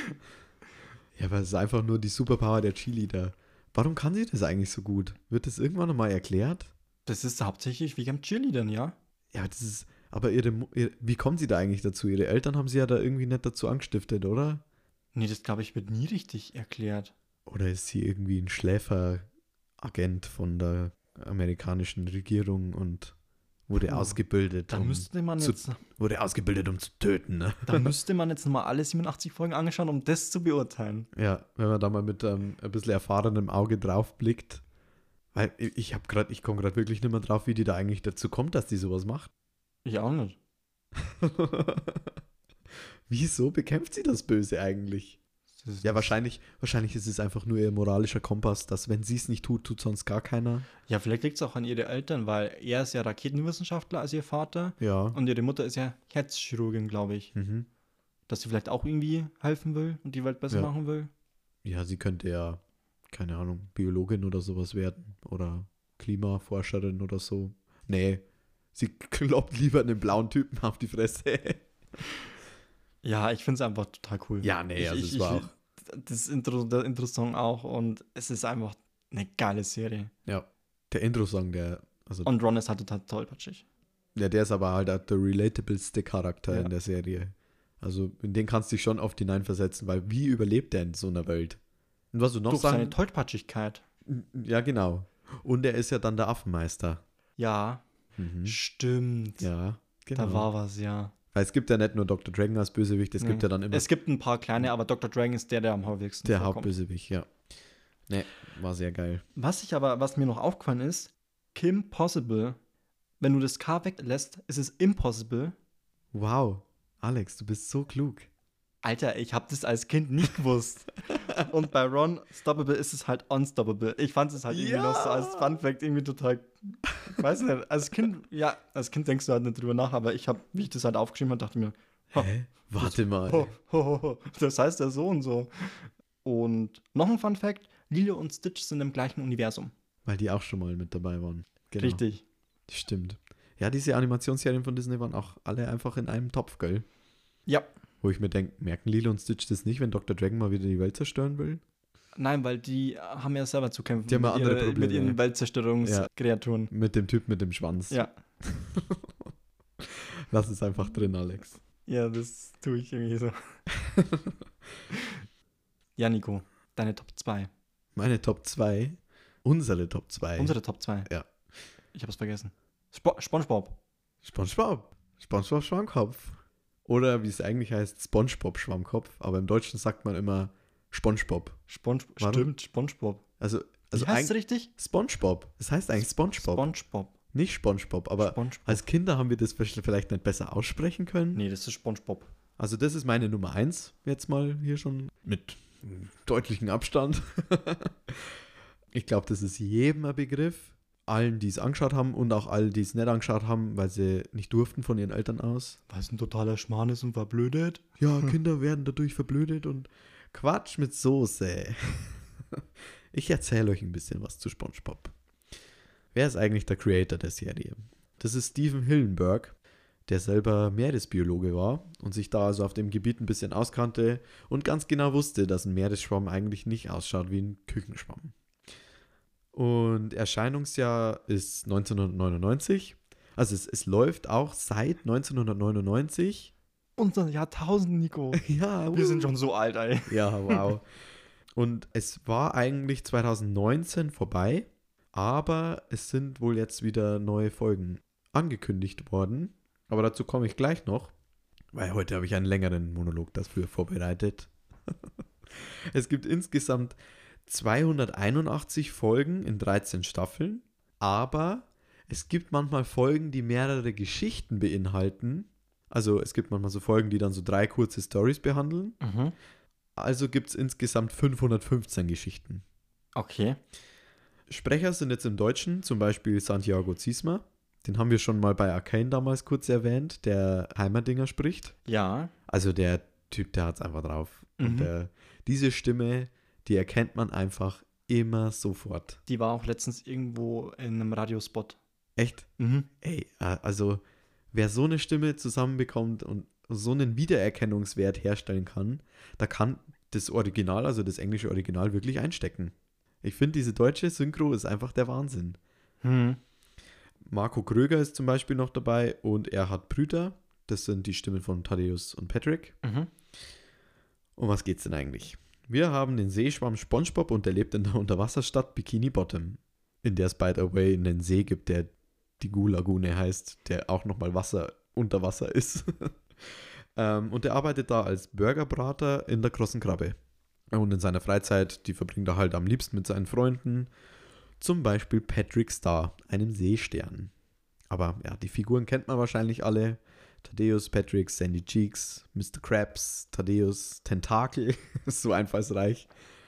Ja, aber es ist einfach nur die Superpower der Cheerleader. Warum kann sie das eigentlich so gut? Wird das irgendwann nochmal erklärt? Das ist hauptsächlich wegen dem Cheerleadern, ja? Ja, das ist. Aber ihre, Mu- ihr- wie kommen sie da eigentlich dazu? Ihre Eltern haben sie ja da irgendwie nicht dazu angestiftet, oder? Nee, das glaube ich wird nie richtig erklärt. Oder ist sie irgendwie ein Schläferagent von der amerikanischen Regierung und wurde Puh, ausgebildet, Da um, müsste man zu- jetzt, wurde ausgebildet, um zu töten, ne? da müsste man jetzt nochmal alle siebenundachtzig Folgen anschauen, um das zu beurteilen. Ja, wenn man da mal mit ähm, ein bisschen erfahrenem Auge drauf blickt. Weil ich ich habe gerade, ich komme gerade wirklich nicht mehr drauf, wie die da eigentlich dazu kommt, dass die sowas macht. Ich auch nicht. Wieso bekämpft sie das Böse eigentlich? Das ist- Ja, wahrscheinlich, wahrscheinlich ist es einfach nur ihr moralischer Kompass, dass wenn sie es nicht tut, tut sonst gar keiner. Ja, vielleicht liegt es auch an ihre Eltern, weil er ist ja Raketenwissenschaftler als ihr Vater Ja. und ihre Mutter ist ja Herzchirurgin, glaube ich. Mhm. Dass sie vielleicht auch irgendwie helfen will und die Welt besser Ja. machen will. Ja, sie könnte ja, keine Ahnung, Biologin oder sowas werden. Oder Klimaforscherin oder so. Nee, sie kloppt lieber einen blauen Typen auf die Fresse. Ja, ich finde es einfach total cool. Ja, nee, ich, also ich, es war ich, auch. Das Intro, der Intro-Song auch und es ist einfach eine geile Serie. Ja, der Intro-Song, der, also, Und Ron ist halt total tollpatschig. ja, der ist aber halt auch der relatableste Charakter Ja. in der Serie. Also, in den kannst du dich schon oft hineinversetzen, weil wie überlebt der in so einer Welt? Und was du noch Durch seine sagen? Tollpatschigkeit. Ja, genau. Und er ist ja dann der Affenmeister. Ja, Mhm. stimmt. Ja, genau. Da war was, ja. Weil es gibt ja nicht nur Doktor Dragon als Bösewicht, es Nee. gibt ja dann immer Es gibt ein paar kleine, aber Doktor Dragon ist der, der am häufigsten der vorkommt. Hauptbösewicht, ja. Ne, war sehr geil. Was ich aber, was mir noch aufgefallen ist, Kim Possible, wenn du das K weglässt, ist es Impossible. Wow, Alex, du bist so klug. Alter, ich habe das als Kind nicht gewusst. Und bei Ron Stoppable ist es halt Unstoppable. Ich fand es halt irgendwie Ja. noch so als Fun Fact irgendwie total, ich weiß nicht, als Kind, ja, als Kind denkst du halt nicht drüber nach, aber ich habe, wie ich das halt aufgeschrieben habe, dachte mir, ha, Hä? Warte mal. ho, ho, ho, ho, das heißt ja so und so. Und noch ein Fun Fact, Lilo und Stitch sind im gleichen Universum. Weil die auch schon mal mit dabei waren. Genau. Richtig. Stimmt. Ja, diese Animationsserien von Disney waren auch alle einfach in einem Topf, gell? Ja. Wo ich mir denke, merken Lilo und Stitch das nicht, wenn Doktor Dragon mal wieder die Welt zerstören will? Nein, weil die haben ja selber zu kämpfen. Die haben ja mit andere ihre- Probleme. Mit ihren Weltzerstörungskreaturen. Mit dem Typ mit dem Schwanz. Ja. Lass es einfach drin, Alex. Ja, das tue ich irgendwie so. Ja, Nico, deine Top zwei. Meine Top zwei. Unsere Top zwei. Unsere Top zwei. Ja. Ich habe es vergessen. Spo SpongeBob. SpongeBob. SpongeBob Schwammkopf. Oder wie es eigentlich heißt, SpongeBob Schwammkopf. Aber im Deutschen sagt man immer SpongeBob. Sponge Warum? Stimmt, SpongeBob. Also, also Wie heißt es eig- richtig? SpongeBob. Es heißt eigentlich SpongeBob. SpongeBob. Nicht SpongeBob. Aber SpongeBob. als Kinder haben wir das vielleicht nicht besser aussprechen können. Nee, das ist SpongeBob. Also das ist meine Nummer eins jetzt mal hier schon mit deutlichem Abstand. Ich glaube, das ist jedem ein Begriff. Allen, die es angeschaut haben und auch allen, die es nicht angeschaut haben, weil sie nicht durften von ihren Eltern aus. Weil es ein totaler Schmarrn ist und verblödet. Ja, Kinder werden dadurch verblödet und Quatsch mit Soße. Ich erzähle euch ein bisschen was zu SpongeBob. Wer ist eigentlich der Creator der Serie? Das ist Steven Hillenburg, der selber Meeresbiologe war und sich da also auf dem Gebiet ein bisschen auskannte und ganz genau wusste, dass ein Meeresschwamm eigentlich nicht ausschaut wie ein Küchenschwamm. Und Erscheinungsjahr ist neunzehnhundertneunundneunzig. Also es, es läuft auch seit neunzehnhundertneunundneunzig. Unser Jahrtausend, Nico. Ja, Wir sind schon so alt, ey. Ja, wow. Und es war eigentlich zweitausendneunzehn vorbei, aber es sind wohl jetzt wieder neue Folgen angekündigt worden. Aber dazu komme ich gleich noch, weil heute habe ich einen längeren Monolog dafür vorbereitet. Es gibt insgesamt zweihunderteinundachtzig Folgen in dreizehn Staffeln, aber es gibt manchmal Folgen, die mehrere Geschichten beinhalten. Also es gibt manchmal so Folgen, die dann so drei kurze Storys behandeln. Mhm. Also gibt es insgesamt fünfhundertfünfzehn Geschichten. Okay. Sprecher sind jetzt im Deutschen zum Beispiel Santiago Ziesmer. Den haben wir schon mal bei Arcane damals kurz erwähnt, der Heimerdinger spricht. Ja. Also der Typ, der hat es einfach drauf. Mhm. Und der, diese Stimme, die erkennt man einfach immer sofort. Die war auch letztens irgendwo in einem Radiospot. Echt? Mhm. Ey, äh, also wer so eine Stimme zusammenbekommt und so einen Wiedererkennungswert herstellen kann, da kann das Original, also das englische Original, wirklich einstecken. Ich finde, diese deutsche Synchro ist einfach der Wahnsinn. Mhm. Marco Kröger ist zum Beispiel noch dabei und Erhard Brüter. Das sind die Stimmen von Thaddeus und Patrick. Mhm. Um was geht's denn eigentlich? Wir haben den Seeschwamm SpongeBob und der lebt in der Unterwasserstadt Bikini Bottom, in der es, by the way, einen See gibt, der die Goo-Lagune heißt, der auch nochmal Wasser unter Wasser ist. ähm, und er arbeitet da als Burgerbrater in der Großen Krabbe. Und in seiner Freizeit, die verbringt er halt am liebsten mit seinen Freunden. Zum Beispiel Patrick Star, einem Seestern. Aber ja, die Figuren kennt man wahrscheinlich alle. Thaddeus, Patrick, Sandy Cheeks, Mister Krabs, Thaddeus, Tentakel. So einfallsreich.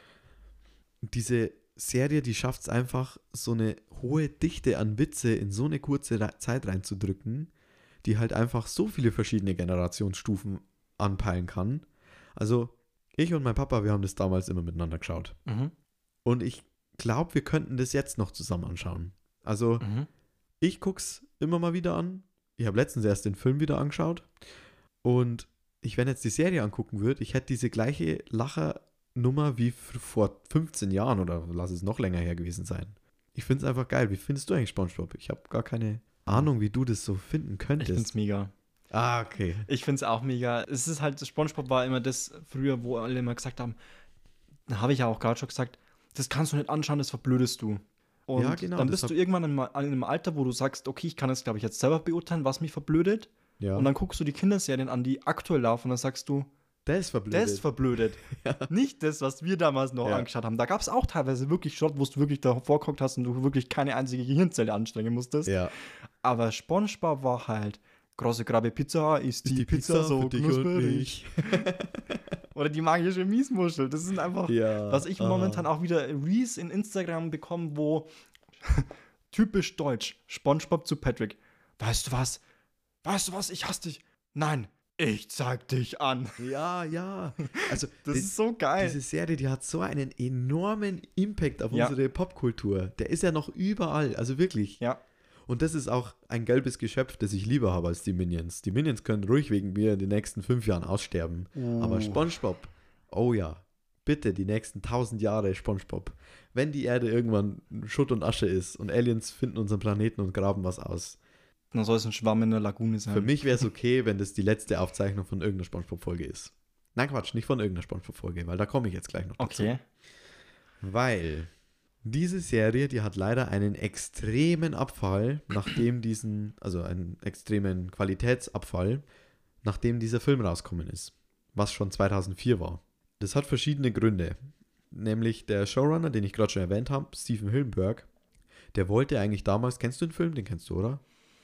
Diese Serie, die schafft es einfach, so eine hohe Dichte an Witze in so eine kurze Zeit reinzudrücken, die halt einfach so viele verschiedene Generationsstufen anpeilen kann. Also ich und mein Papa, wir haben das damals immer miteinander geschaut. Mhm. Und ich glaube, wir könnten das jetzt noch zusammen anschauen. Also Mhm. ich guck's immer mal wieder an. Ich habe letztens erst den Film wieder angeschaut. Und ich, wenn jetzt die Serie angucken würde, ich hätte diese gleiche Lachernummer wie f- vor fünfzehn Jahren oder lass es noch länger her gewesen sein. Ich finde es einfach geil. Wie findest du eigentlich SpongeBob? Ich habe gar keine Ahnung, wie du das so finden Ich find's könntest. mega. Ah, okay. Ich find's auch mega. Es ist halt, SpongeBob war immer das früher, wo alle immer gesagt haben, da habe ich ja auch gerade schon gesagt, das kannst du nicht anschauen, das verblödest du. Und Ja, genau, dann das bist du hab- irgendwann in einem Alter, wo du sagst, okay, ich kann es, glaube ich, jetzt selber beurteilen, was mich verblödet. Ja. Und dann guckst du die Kinderserien an, die aktuell laufen, und dann sagst du, der ist verblödet. das ist verblödet. Nicht das, was wir damals noch Ja. angeschaut haben. Da gab es auch teilweise wirklich Shot, wo du wirklich davor geguckt hast und du wirklich keine einzige Gehirnzelle anstrengen musstest. ja. Aber SpongeBob war halt, große Krabbe Pizza, ist die, Pizza, so knusperig. Oder die magische Miesmuschel. Das sind einfach, Ja. was ich ah. momentan auch wieder Reels in Instagram bekomme, wo typisch deutsch, SpongeBob zu Patrick. Weißt du was? Weißt du was? Ich hasse dich. Nein, ich zeig dich an. Ja, ja. Also Das die- ist so geil. diese Serie, die hat so einen enormen Impact auf Ja. unsere Popkultur. Der ist ja noch überall, also wirklich. Ja. Und das ist auch ein gelbes Geschöpf, das ich lieber habe als die Minions. Die Minions können ruhig wegen mir in den nächsten fünf Jahren aussterben. Aber Uh. SpongeBob, oh ja, bitte die nächsten tausend Jahre SpongeBob. Wenn die Erde irgendwann Schutt und Asche ist und Aliens finden unseren Planeten und graben was aus, Dann soll es ein Schwamm in der Lagune sein. Für mich wäre es okay, wenn das die letzte Aufzeichnung von irgendeiner SpongeBob-Folge ist. Nein, Quatsch, nicht von irgendeiner SpongeBob-Folge, weil da komme ich jetzt gleich noch dazu. Okay. Weil diese Serie, die hat leider einen extremen Abfall, nachdem diesen, also einen extremen Qualitätsabfall, nachdem dieser Film rausgekommen ist, was schon zweitausendvier war. Das hat verschiedene Gründe. Nämlich der Showrunner, den ich gerade schon erwähnt habe, Steven Hillenburg, der wollte eigentlich damals, kennst du den Film? Den kennst du, oder?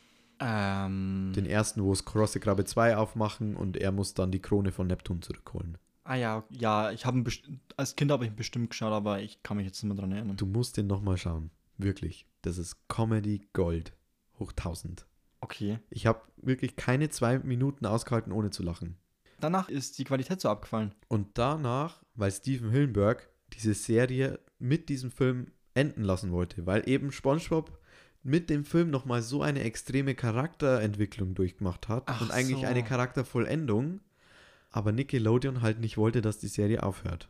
Ähm. Den ersten, wo es Krosse Krabbe zwei aufmachen und er muss dann die Krone von Neptun zurückholen. Ah ja, ja, ich habe als Kind habe ich ihn bestimmt geschaut, aber ich kann mich jetzt nicht mehr dran erinnern. Du musst den nochmal schauen. Wirklich. Das ist Comedy Gold. Hoch tausend. Okay. Ich habe wirklich keine zwei Minuten ausgehalten, ohne zu lachen. Danach ist die Qualität so abgefallen. Und danach, weil Steven Hillenburg diese Serie mit diesem Film enden lassen wollte, weil eben SpongeBob mit dem Film nochmal so eine extreme Charakterentwicklung durchgemacht hat Ach und eigentlich so. eine Charaktervollendung, aber Nickelodeon halt nicht wollte, dass die Serie aufhört.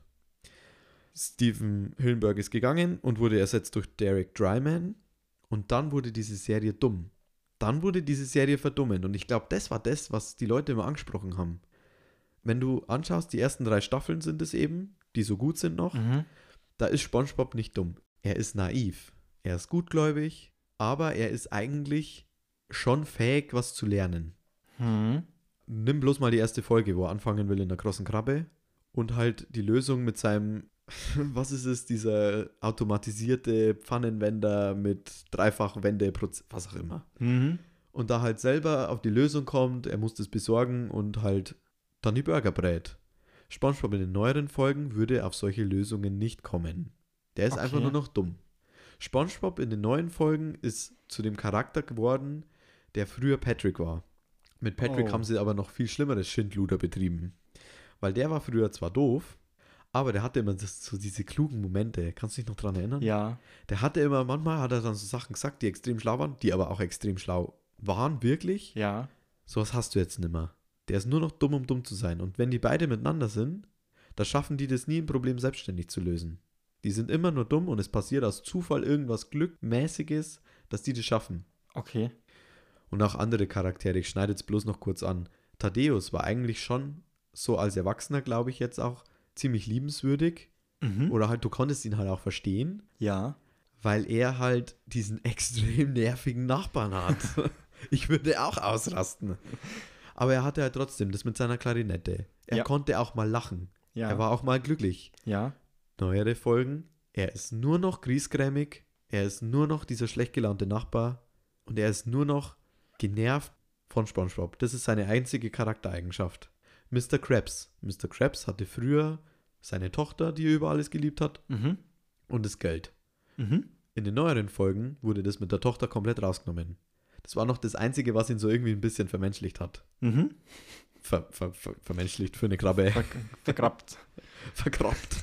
Steven Hillenburg ist gegangen und wurde ersetzt durch Derek Dryman und dann wurde diese Serie dumm. Dann wurde diese Serie verdummen und ich glaube, das war das, was die Leute immer angesprochen haben. Wenn du anschaust, die ersten drei Staffeln sind es eben, die so gut sind noch, Mhm. da ist SpongeBob nicht dumm. Er ist naiv, er ist gutgläubig, aber er ist eigentlich schon fähig, was zu lernen. Mhm. Nimm bloß mal die erste Folge, wo er anfangen will in der großen Krabbe und halt die Lösung mit seinem, was ist es, dieser automatisierte Pfannenwender mit Dreifachwende, was auch immer. Mhm. Und da halt selber auf die Lösung kommt, er muss das besorgen und halt dann die Burger brät. SpongeBob in den neueren Folgen würde auf solche Lösungen nicht kommen. Der ist Okay. einfach nur noch dumm. SpongeBob in den neuen Folgen ist zu dem Charakter geworden, der früher Patrick war. Mit Patrick Oh. haben sie aber noch viel schlimmeres Schindluder betrieben. Weil der war früher zwar doof, aber der hatte immer das, so diese klugen Momente. Kannst du dich noch dran erinnern? Ja. Der hatte immer, manchmal hat er dann so Sachen gesagt, die extrem schlau waren, die aber auch extrem schlau waren, wirklich. Ja. Sowas hast du jetzt nimmer. Der ist nur noch dumm, um dumm zu sein. Und wenn die beide miteinander sind, da schaffen die das nie, ein Problem selbstständig zu lösen. Die sind immer nur dumm und es passiert aus Zufall irgendwas Glückmäßiges, dass die das schaffen. Okay. Und auch andere Charaktere, ich schneide jetzt bloß noch kurz an. Thaddeus war eigentlich schon so als Erwachsener, glaube ich, jetzt auch ziemlich liebenswürdig. Mhm. Oder halt, du konntest ihn halt auch verstehen, Ja. weil er halt diesen extrem nervigen Nachbarn hat. Ich würde auch ausrasten. Aber er hatte halt trotzdem das mit seiner Klarinette. Er Ja. konnte auch mal lachen. Ja. Er war auch mal glücklich. Ja. Neuere Folgen, er ist nur noch griesgrämig, er ist nur noch dieser schlecht gelaunte Nachbar und er ist nur noch genervt von SpongeBob. Das ist seine einzige Charaktereigenschaft. Mister Krabs. Mister Krabs hatte früher seine Tochter, die er über alles geliebt hat, Mhm. und das Geld. Mhm. In den neueren Folgen wurde das mit der Tochter komplett rausgenommen. Das war noch das Einzige, was ihn so irgendwie ein bisschen vermenschlicht hat. Mhm. Ver, ver, ver, vermenschlicht für eine Krabbe. Ver vergrappt. Verkrabbt.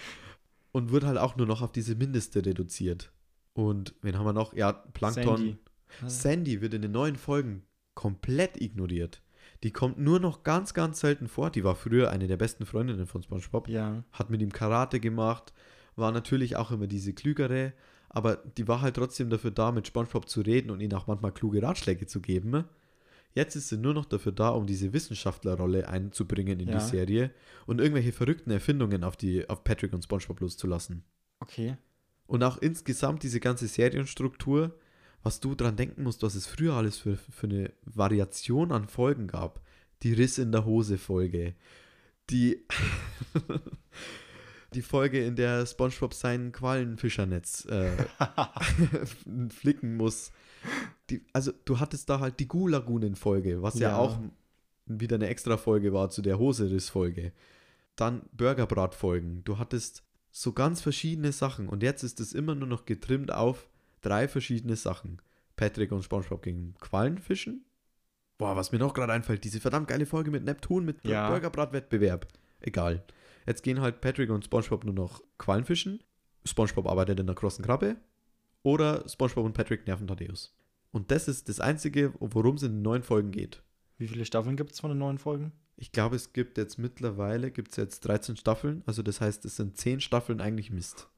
Und wird halt auch nur noch auf diese Mindeste reduziert. Und wen haben wir noch? Ja, Plankton. Sandy. Sandy wird in den neuen Folgen komplett ignoriert. Die kommt nur noch ganz, ganz selten vor. Die war früher eine der besten Freundinnen von SpongeBob. Ja. Hat mit ihm Karate gemacht. War natürlich auch immer diese klügere. Aber die war halt trotzdem dafür da, mit SpongeBob zu reden und ihm auch manchmal kluge Ratschläge zu geben. Jetzt ist sie nur noch dafür da, um diese Wissenschaftlerrolle einzubringen in Ja. die Serie und irgendwelche verrückten Erfindungen auf, die, auf Patrick und SpongeBob loszulassen. Okay. Und auch insgesamt diese ganze Serienstruktur, was du dran denken musst, was es früher alles für, für eine Variation an Folgen gab. Die Riss in der Hose Folge. Die, die Folge, in der SpongeBob sein Quallenfischernetz äh, flicken muss. Die, also du hattest da halt die Gulagunen-Folge, was ja. Ja. auch wieder eine extra Folge war zu der Hose-Riss-Folge. Dann Burgerbrat-Folgen. Du hattest so ganz verschiedene Sachen und jetzt ist es immer nur noch getrimmt auf drei verschiedene Sachen. Patrick und SpongeBob gegen Quallenfischen. Boah, was mir noch gerade einfällt, diese verdammt geile Folge mit Neptun, mit Ja. Burgerbrat-Wettbewerb. Egal. Jetzt gehen halt Patrick und SpongeBob nur noch Quallenfischen. SpongeBob arbeitet in der großen Krabbe. Oder SpongeBob und Patrick nerven Thaddeus. Und das ist das Einzige, worum es in den neuen Folgen geht. Wie viele Staffeln gibt es von den neuen Folgen? Ich glaube, es gibt jetzt mittlerweile, gibt es jetzt dreizehn Staffeln. Also das heißt, es sind zehn Staffeln eigentlich Mist.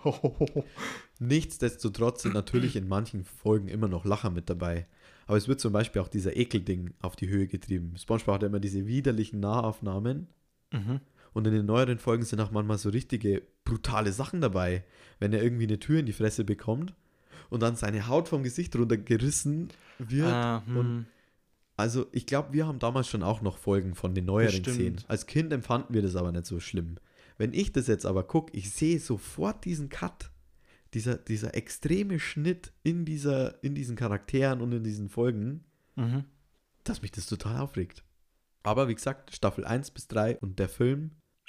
Nichtsdestotrotz sind natürlich in manchen Folgen immer noch Lacher mit dabei. Aber es wird zum Beispiel auch dieser Ekelding auf die Höhe getrieben. SpongeBob hat ja immer diese widerlichen Nahaufnahmen. Mhm. Und in den neueren Folgen sind auch manchmal so richtige brutale Sachen dabei. Wenn er irgendwie eine Tür in die Fresse bekommt und dann seine Haut vom Gesicht runtergerissen wird. Ah, hm. Und also ich glaube, wir haben damals schon auch noch Folgen von den neueren Bestimmt. gesehen. Als Kind empfanden wir das aber nicht so schlimm. Wenn ich das jetzt aber gucke, ich sehe sofort diesen Cut. Dieser, dieser extreme Schnitt in, dieser, in diesen Charakteren und in diesen Folgen, Mhm. dass mich das total aufregt. Aber wie gesagt, Staffel eins bis drei und der Film,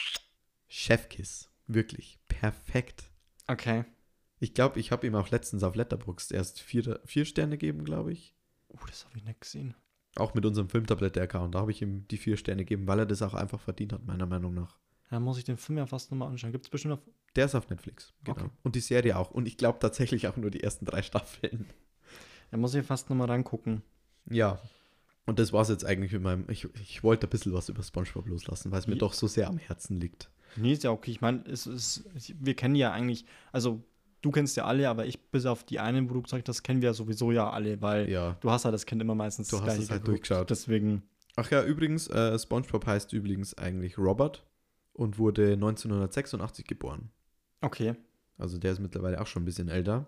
Chefkiss. Wirklich perfekt. Okay. Ich glaube, ich habe ihm auch letztens auf Letterboxd erst vier, vier Sterne gegeben, glaube ich. Oh, das habe ich nicht gesehen. Auch mit unserem Filmtablette-Account. Da habe ich ihm die vier Sterne gegeben, weil er das auch einfach verdient hat, meiner Meinung nach. Da muss ich den Film ja fast nochmal anschauen. Gibt es bestimmt auf... Der ist auf Netflix, genau. Okay. Und die Serie auch. Und ich glaube tatsächlich auch nur die ersten drei Staffeln. Da muss ich fast nochmal reingucken. Ja. Und das war es jetzt eigentlich mit meinem... Ich, ich wollte ein bisschen was über SpongeBob loslassen, weil es mir Ja. doch so sehr am Herzen liegt. Nee, ist ja okay. Ich meine, es ist, wir kennen ja eigentlich, also du kennst ja alle, aber ich bis auf die einen, wo du gesagt hast, kennen wir ja sowieso ja alle, weil Ja. du hast halt das Kind immer meistens Du das hast Gleiche es halt geguckt. durchgeschaut. Deswegen, Ach ja, übrigens, äh, SpongeBob heißt übrigens eigentlich Robert und wurde neunzehnhundertsechsundachtzig geboren. okay. Also der ist mittlerweile auch schon ein bisschen älter.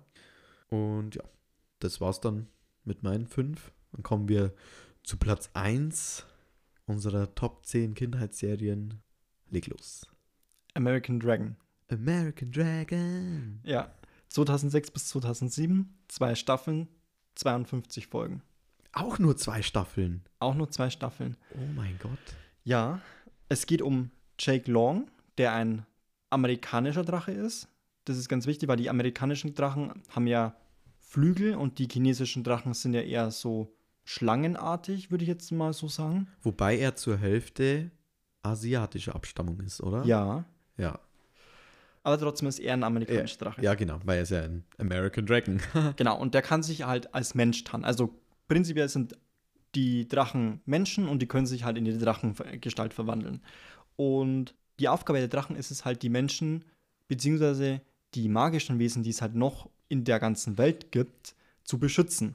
Und ja, das war's dann mit meinen fünf. Dann kommen wir zu Platz eins unserer Top zehn Kindheitsserien. Leg los. American Dragon. American Dragon. Ja, zweitausendsechs bis zweitausendsieben, zwei Staffeln, zweiundfünfzig Folgen. Auch nur zwei Staffeln. Auch nur zwei Staffeln. Oh mein Gott. Ja, es geht um Jake Long, der ein amerikanischer Drache ist. Das ist ganz wichtig, weil die amerikanischen Drachen haben ja Flügel und die chinesischen Drachen sind ja eher so schlangenartig, würde ich jetzt mal so sagen. Wobei er zur Hälfte asiatischer Abstammung ist, oder? Ja, Ja, aber trotzdem ist er ein amerikanischer Drache. ja genau, weil er ist ja ein American Dragon. Genau, und der kann sich halt als Mensch tarnen. Also prinzipiell sind die Drachen Menschen und die können sich halt in die Drachengestalt verwandeln. Und die Aufgabe der Drachen ist es halt, die Menschen beziehungsweise die magischen Wesen, die es halt noch in der ganzen Welt gibt, zu beschützen.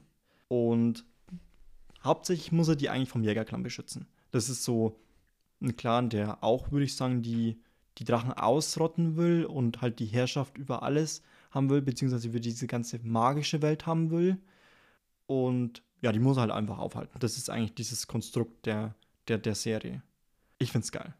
Und hauptsächlich muss er die eigentlich vom Jägerclan beschützen. Das ist so ein Clan, der auch, würde ich sagen, die, die Drachen ausrotten will und halt die Herrschaft über alles haben will, beziehungsweise über diese ganze magische Welt haben will. Und ja, die muss er halt einfach aufhalten. Das ist eigentlich dieses Konstrukt der, der, der Serie. Ich find's geil.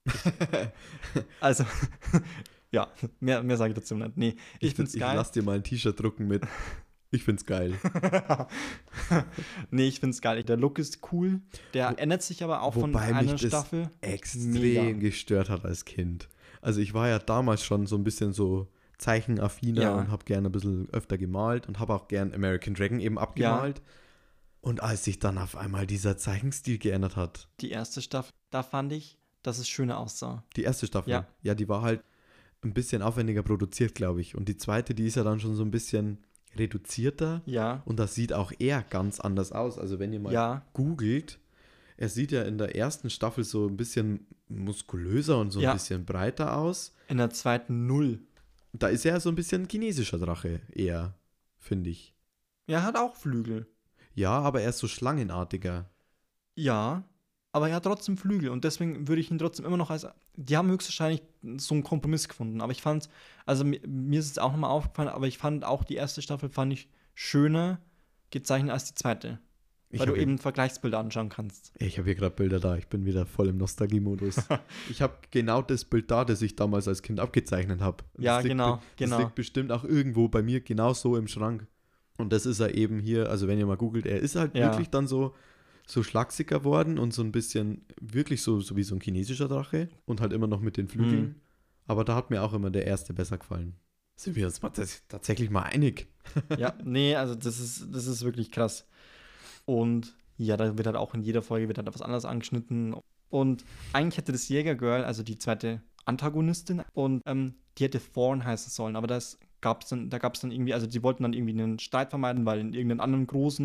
Also, ja, mehr, mehr sage ich dazu nicht. Nee, ich, Ich, find's ich geil. lass dir mal ein T-Shirt drucken mit Ich find's geil. Nee, ich find's geil. Der Look ist cool. Der Wo- ändert sich aber auch von wobei mich einer das Staffel. Extrem Mega. gestört hat als Kind. Also ich war ja damals schon so ein bisschen so zeichenaffiner Ja. und habe gerne ein bisschen öfter gemalt und habe auch gern American Dragon eben abgemalt. Und als sich dann auf einmal dieser Zeichenstil geändert hat, Die erste Staffel, da fand ich, dass es schöner aussah. die erste Staffel, Ja. ja, die war halt ein bisschen aufwendiger produziert, glaube ich. Und die zweite, die ist ja dann schon so ein bisschen reduzierter. Ja, Und das sieht auch eher ganz anders aus. Also wenn ihr mal ja, googelt, er sieht ja in der ersten Staffel so ein bisschen muskulöser und so Ja. ein bisschen breiter aus. in der zweiten null. Da ist er so ein bisschen chinesischer Drache eher, finde ich. Ja, er hat auch Flügel. Ja, aber er ist so schlangenartiger. Ja, aber er hat trotzdem Flügel und deswegen würde ich ihn trotzdem immer noch als. Die haben höchstwahrscheinlich so einen Kompromiss gefunden, aber ich fand, also mir, mir ist es auch nochmal aufgefallen, aber ich fand auch die erste Staffel fand ich schöner gezeichnet als die zweite. Ich Weil du habe eben Vergleichsbilder anschauen kannst. ich hab hier gerade Bilder da, ich bin wieder voll im Nostalgie-Modus. Ich habe genau das Bild da, das ich damals als Kind abgezeichnet habe. Ja, genau, Das genau. liegt bestimmt auch irgendwo bei mir genau so im Schrank. Und das ist er eben hier, also wenn ihr mal googelt, er ist halt Ja. wirklich dann so, so schlachsiger worden und so ein bisschen, wirklich so, so wie so ein chinesischer Drache und halt immer noch mit den Flügeln. Mhm. Aber da hat mir auch immer der erste besser gefallen. Sind wir uns mal tats- tatsächlich mal einig? Ja, nee, also das ist, das ist wirklich krass. Und ja, da wird halt auch in jeder Folge wird halt was anderes angeschnitten. Und eigentlich hätte das Jägergirl, also die zweite Antagonistin, und ähm, die hätte Thorn heißen sollen, aber das gab's dann, da gab es dann irgendwie, also die wollten dann irgendwie einen Streit vermeiden, weil in irgendeinem anderen großen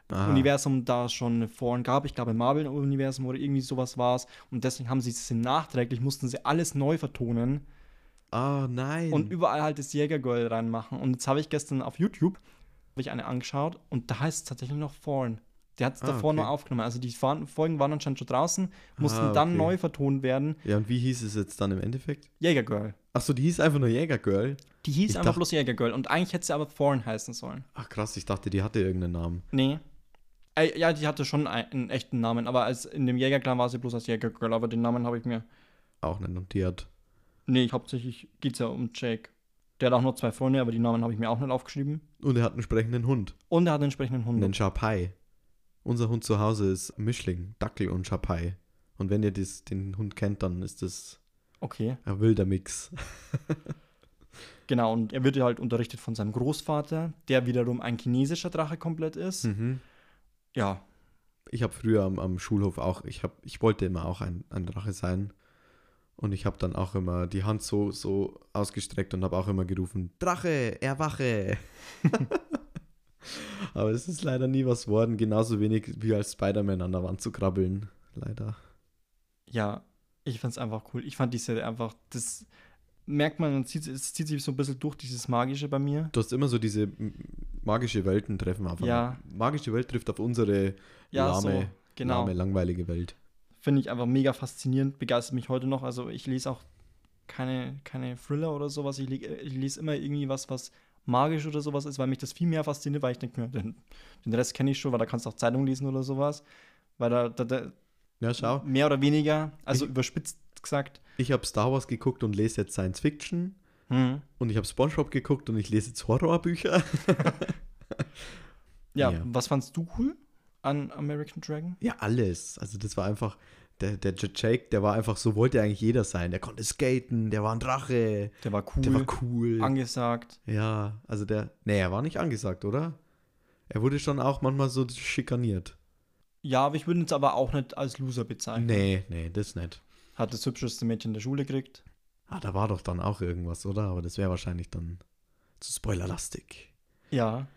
Ah. Universum da schon eine Foren gab. Ich glaube, im Marvel-Universum oder irgendwie sowas war es. Und deswegen haben sie es nachträglich, mussten sie alles neu vertonen Ah, nein. und überall halt das Jägergirl reinmachen. Und jetzt habe ich gestern auf YouTube habe ich eine angeschaut und da heißt es tatsächlich noch Foreign. Der hat es Ah, davor okay. nur aufgenommen. Also die Fa- Folgen waren anscheinend schon draußen, mussten Ah, dann okay. neu vertont werden. Ja, und wie hieß es jetzt dann im Endeffekt? Jägergirl. Achso, die hieß einfach nur Jägergirl. Die hieß Ich einfach dacht- bloß Jägergirl. Und eigentlich hätte sie aber Foreign heißen sollen. Ach krass, ich dachte, die hatte irgendeinen Namen. Nee. Äh, ja, die hatte schon einen, einen echten Namen, aber als in dem Jägerclan war sie bloß als Jägergirl. Aber den Namen habe ich mir. Auch nicht notiert. Nee, hauptsächlich geht es ja um Jake. Der hat auch nur zwei Freunde, aber die Namen habe ich mir auch nicht aufgeschrieben. Und er hat einen sprechenden Hund. Und er hat einen entsprechenden Hund. Einen Schapai. Unser Hund zu Hause ist Mischling, Dackel und Schapai. Und wenn ihr das, den Hund kennt, dann ist das Okay. ein wilder Mix. Genau, und er wird halt unterrichtet von seinem Großvater, der wiederum ein chinesischer Drache komplett ist. Mhm. Ja, Ich habe früher am, am Schulhof auch, ich, hab, ich wollte immer auch ein, ein Drache sein. Und ich habe dann auch immer die Hand so, so ausgestreckt und habe auch immer gerufen, Drache, erwache. Aber es ist leider nie was worden, genauso wenig wie als Spider-Man an der Wand zu krabbeln. Leider. ja, ich fand's einfach cool. Ich fand die Serie einfach, das merkt man, und zieht, es zieht sich so ein bisschen durch, dieses Magische bei mir. Du hast immer so diese m- magische Welten treffen auf. Ja. Magische Welt trifft auf unsere Ja, lahme, so, genau. lahme, langweilige Welt. Finde ich einfach mega faszinierend, begeistert mich heute noch. Also ich lese auch keine, keine Thriller oder sowas. Ich, le- ich lese immer irgendwie was, was magisch oder sowas ist, weil mich das viel mehr fasziniert, weil ich denke mir, den, den Rest kenne ich schon, weil da kannst du auch Zeitung lesen oder sowas. Weil da, da, da Ja, schau. mehr oder weniger, also Ich- überspitzt gesagt. Ich habe Star Wars geguckt und lese jetzt Science Fiction. Hm. Und ich habe SpongeBob geguckt und ich lese jetzt Horrorbücher. Ja, Ja. was fandst du cool an American Dragon? Ja, alles. Also das war einfach, der, der J- Jake, der war einfach, so wollte eigentlich jeder sein. Der konnte skaten, der war ein Drache, Der war cool, der war cool. angesagt. Ja, also der, nee, er war nicht angesagt, oder? Er wurde schon auch manchmal so schikaniert. Ja, aber ich würde ihn jetzt aber auch nicht als Loser bezeichnen. Nee, nee, das nicht. Hat das hübscheste Mädchen der Schule gekriegt. Ah, da war doch dann auch irgendwas, oder? Aber das wäre wahrscheinlich dann zu spoilerlastig. Ja.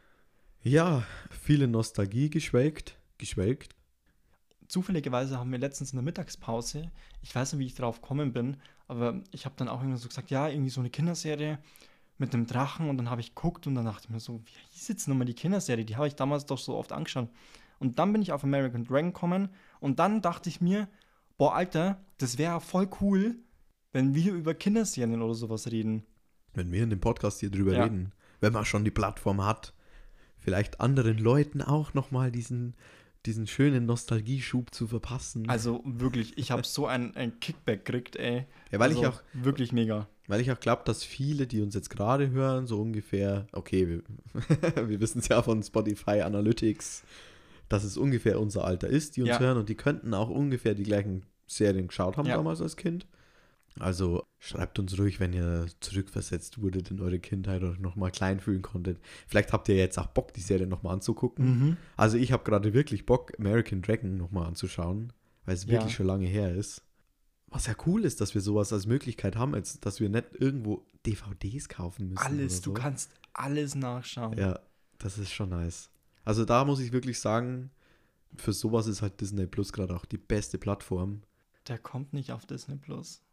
Ja, viele Nostalgie geschwelgt. Geschwelgt. Zufälligerweise haben wir letztens in der Mittagspause, ich weiß nicht, wie ich drauf gekommen bin, aber ich habe dann auch irgendwie so gesagt, ja, irgendwie so eine Kinderserie mit einem Drachen, und dann habe ich geguckt und dann dachte ich mir so, wie hieß jetzt nochmal die Kinderserie? Die habe ich damals doch so oft angeschaut. Und dann bin ich auf American Dragon gekommen und dann dachte ich mir, boah, Alter, das wäre voll cool, wenn wir über Kinderserien oder sowas reden. Wenn wir in dem Podcast hier drüber Ja. reden, wenn man schon die Plattform hat, vielleicht anderen Leuten auch nochmal diesen, diesen schönen Nostalgieschub zu verpassen. Also wirklich, ich habe so ein, ein Kickback gekriegt, ey. ja, weil also, ich auch, wirklich mega. weil ich auch glaube, dass viele, die uns jetzt gerade hören, so ungefähr, okay, wir, wir wissen es ja von Spotify Analytics, dass es ungefähr unser Alter ist, die uns Ja. hören, und die könnten auch ungefähr die gleichen Serien geschaut haben Ja. damals als Kind. Also schreibt uns ruhig, wenn ihr zurückversetzt wurdet in eure Kindheit oder nochmal klein fühlen konntet. Vielleicht habt ihr jetzt auch Bock, die Serie nochmal anzugucken. Mhm. Also ich habe gerade wirklich Bock, American Dragon nochmal anzuschauen, weil es Ja. wirklich schon lange her ist. Was ja cool ist, dass wir sowas als Möglichkeit haben, jetzt, dass wir nicht irgendwo D V Ds kaufen müssen. Alles, oder so. du kannst alles nachschauen. Ja, das ist schon nice. Also da muss ich wirklich sagen, für sowas ist halt Disney Plus gerade auch die beste Plattform. Der kommt nicht auf Disney Plus.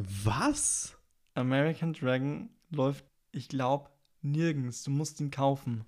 Was? American Dragon läuft, ich glaube, nirgends. Du musst ihn kaufen.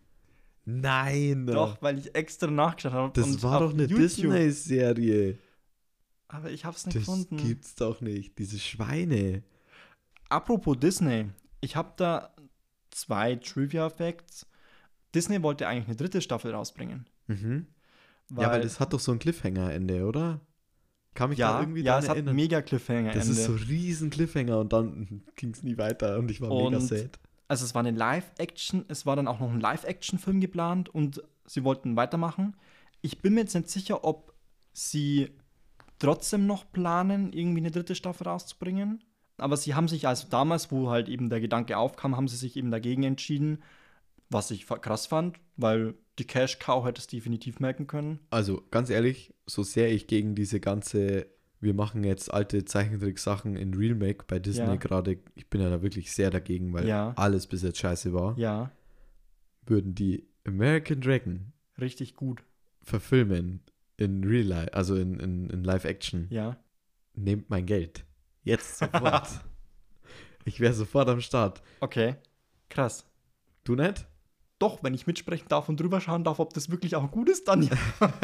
Nein. Doch, weil ich extra nachgeschaut habe. Das und war auf doch eine YouTube- Disney-Serie. Aber ich habe es nicht Das gefunden. gibt's doch nicht. Diese Schweine. Apropos Disney. Ich habe da zwei Trivia-Facts. Disney wollte eigentlich eine dritte Staffel rausbringen. Mhm. ja, weil das hat doch so ein Cliffhanger-Ende, oder? Kann mich da ja, irgendwie ja, dran es hat erinnern. mega Cliffhanger-Ende. Das ist so riesen Cliffhanger und dann ging es nie weiter und ich war mega Und- sad. Also es war eine Live-Action, es war dann auch noch ein Live-Action-Film geplant und sie wollten weitermachen. Ich bin mir jetzt nicht sicher, ob sie trotzdem noch planen, irgendwie eine dritte Staffel rauszubringen. Aber sie haben sich, also damals, wo halt eben der Gedanke aufkam, haben sie sich eben dagegen entschieden, was ich fa- krass fand, weil die Cash Cow hätte es definitiv merken können. Also ganz ehrlich, so sehr ich gegen diese ganze, wir machen jetzt alte Zeichentrick-Sachen in Remake bei Disney Ja. gerade, ich bin ja da wirklich sehr dagegen, weil Ja. alles bis jetzt scheiße war, Ja, würden die American Dragon richtig gut. verfilmen in Real Life, also in, in, in Live-Action, Ja. nehmt mein Geld. Jetzt sofort. Ich wäre sofort am Start. Okay. Krass. Du nicht? Doch, wenn ich mitsprechen darf und drüber schauen darf, ob das wirklich auch gut ist, dann ja.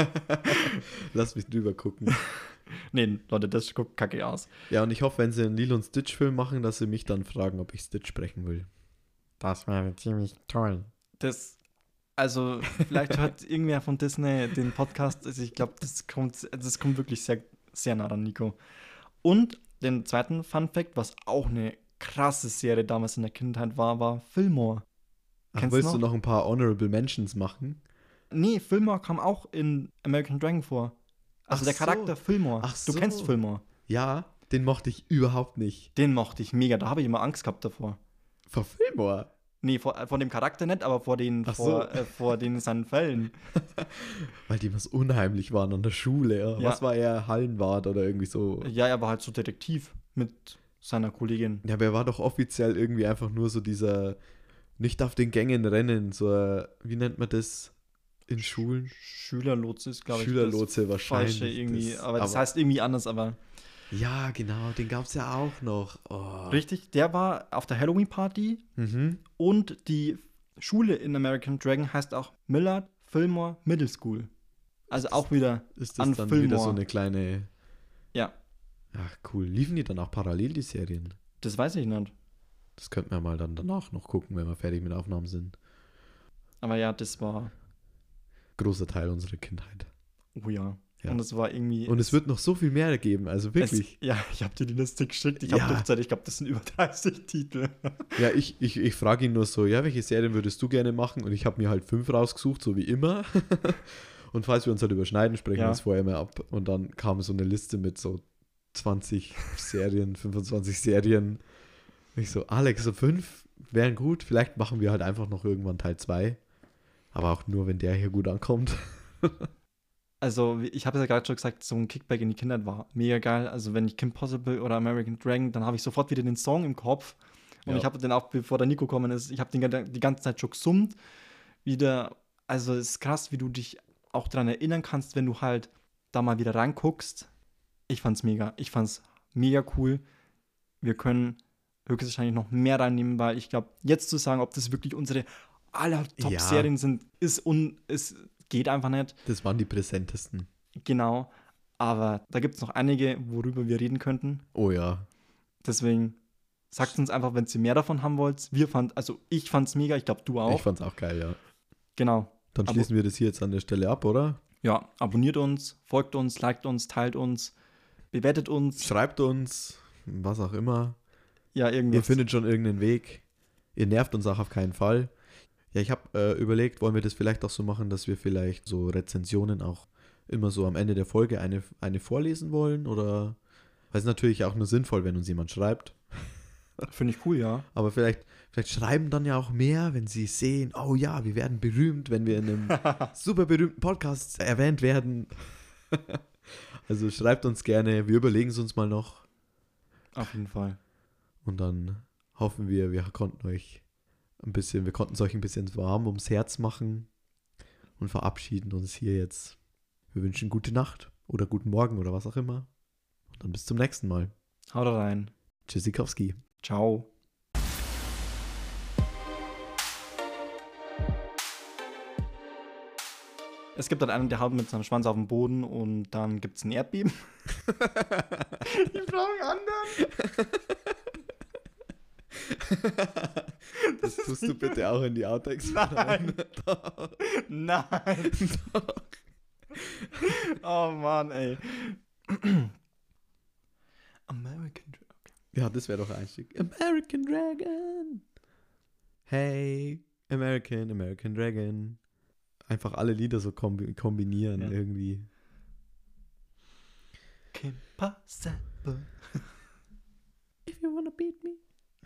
Lass mich drüber gucken. Nee, Leute, das guckt kacke aus. Ja, und ich hoffe, wenn sie einen Lilo und Stitch-Film machen, dass sie mich dann fragen, ob ich Stitch sprechen will. Das wäre ziemlich toll. Das, also, vielleicht hört irgendwer von Disney den Podcast. Also ich glaube, das kommt, das kommt wirklich sehr, sehr nah ran, Nico. Und den zweiten Fun-Fact, was auch eine krasse Serie damals in der Kindheit war, war Fillmore. Ach, Kennst willst du du noch? noch ein paar Honorable Mentions machen? Nee, Fillmore kam auch in American Dragon vor. Also Ach der so. Charakter Fillmore. Ach Du so. kennst Fillmore. Ja, den mochte ich überhaupt nicht. Den mochte ich mega. Da habe ich immer Angst gehabt davor. Vor Fillmore. Nee, vor, äh, vor dem Charakter nicht, aber vor den, Ach so. vor, äh, vor den seinen Fällen. Weil die immer so unheimlich waren an der Schule. Ja. Ja. Was war er? Hallenwart oder irgendwie so? Ja, er war halt so Detektiv mit seiner Kollegin. Ja, aber er war doch offiziell irgendwie einfach nur so dieser nicht auf den Gängen rennen. So, äh, wie nennt man das in Schulen? Schülerlotse ist, glaube ich. Schülerlotse das wahrscheinlich. Falsche irgendwie. Das- aber das aber- heißt irgendwie anders, aber. Ja, genau, den gab es ja auch noch. Oh. Richtig, der war auf der Halloween-Party Mhm. und die Schule in American Dragon heißt auch Millard Fillmore Middle School. Also das- auch wieder. Ist das An dann Fillmore. wieder so eine kleine. Ja, Ach, cool. Liefen die dann auch parallel, die Serien? das weiß ich nicht. Das könnten wir mal dann danach noch gucken, wenn wir fertig mit Aufnahmen sind. Aber ja, das war. Großer Teil unserer Kindheit. Oh ja. Ja. Und es war irgendwie. Und es wird noch so viel mehr geben, also wirklich. Es, ja, ich habe dir die Liste geschickt. Ich Ja. habe durchzeit, ich glaube, das sind über dreißig Titel. Ja, ich, ich, ich frage ihn nur so, ja, welche Serien würdest du gerne machen? Und ich habe mir halt fünf rausgesucht, so wie immer. Und falls wir uns halt überschneiden, sprechen Ja. wir uns vorher mal ab. Und dann kam so eine Liste mit so zwanzig Serien, fünfundzwanzig Serien. Und ich so, Alex, so fünf wären gut. Vielleicht machen wir halt einfach noch irgendwann Teil zwei. Aber auch nur, wenn der hier gut ankommt. Also, wie- ich habe es ja gerade schon gesagt, so ein Kickback in die Kindheit war mega geil. Also, wenn ich Kim Possible oder American Dragon, dann habe ich sofort wieder den Song im Kopf. Und Ja. ich habe den auch, bevor der Nico gekommen ist, ich habe den ga- die ganze Zeit schon gesummt. Wieder, also es ist krass, wie du dich auch daran erinnern kannst, wenn du halt da mal wieder reinguckst. Ich fand's mega. Ich fand's mega cool. Wir können höchstwahrscheinlich noch mehr reinnehmen, weil ich glaube, jetzt zu sagen, ob das wirklich unsere aller Top-Serien sind, ist un es geht einfach nicht. Das waren die präsentesten. Genau. Aber da gibt es noch einige, worüber wir reden könnten. Oh ja. Deswegen sagt uns einfach, wenn ihr mehr davon haben wollt. Wir fand, also ich fand's mega, ich glaube du auch. Ich fand's auch geil, ja. Genau. Dann Abo- schließen wir das hier jetzt an der Stelle ab, oder? Ja, abonniert uns, folgt uns, liked uns, teilt uns, bewertet uns. Schreibt uns, was auch immer. Ja, Ihr irgendwas. findet schon irgendeinen Weg. Ihr nervt uns auch auf keinen Fall. Ja, ich habe äh, überlegt, wollen wir das vielleicht auch so machen, dass wir vielleicht so Rezensionen auch immer so am Ende der Folge eine, eine vorlesen wollen? Oder, weil es natürlich auch nur sinnvoll, wenn uns jemand schreibt. Finde ich cool, ja. Aber vielleicht, vielleicht schreiben dann ja auch mehr, wenn sie sehen, oh ja, wir werden berühmt, wenn wir in einem super berühmten Podcast erwähnt werden. Also schreibt uns gerne, wir überlegen es uns mal noch. Auf jeden Fall. Und dann hoffen wir, wir konnten euch ein bisschen, wir konnten es euch ein bisschen warm ums Herz machen und verabschieden uns hier jetzt. Wir wünschen gute Nacht oder guten Morgen oder was auch immer. Und dann bis zum nächsten Mal. Haut rein. Tschüssikowski. Ciao. Es gibt dann einen, der haut mit seinem Schwanz auf den Boden und dann gibt es ein Erdbeben. Die brauchen anderen. Das tust du bitte auch in die Outtakes. Nein. Doch. Nein. Doch. Oh Mann, ey. American Dragon. Ja, das wäre doch ein Einstieg. American Dragon. Hey, American, American Dragon. Einfach alle Lieder so kombi kombinieren Ja. irgendwie. Kim Possible. If you wanna beat me.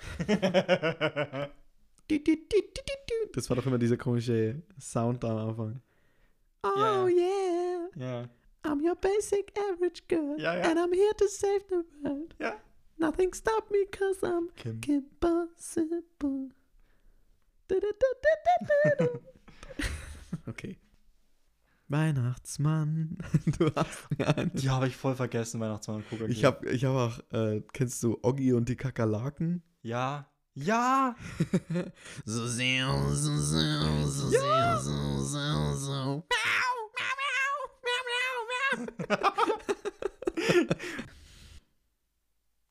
Du, du, du, du, du, du. Das war doch immer dieser komische Sound da am Anfang. Oh Ja. yeah, Ja. I'm your basic average girl. Ja, ja. And I'm here to save the world. Ja. Nothing stop me cause I'm Kim. Kim Possible. Du, du, du, du, du, du. Okay. Weihnachtsmann, du hast mir ein... Die habe ich voll vergessen, Weihnachtsmann und Coca-Cola. Ich habe ich hab auch, äh, kennst du Oggi und die Kakerlaken? Ja. Ja! So sehr, so sehr, so sehr, so sehr, so.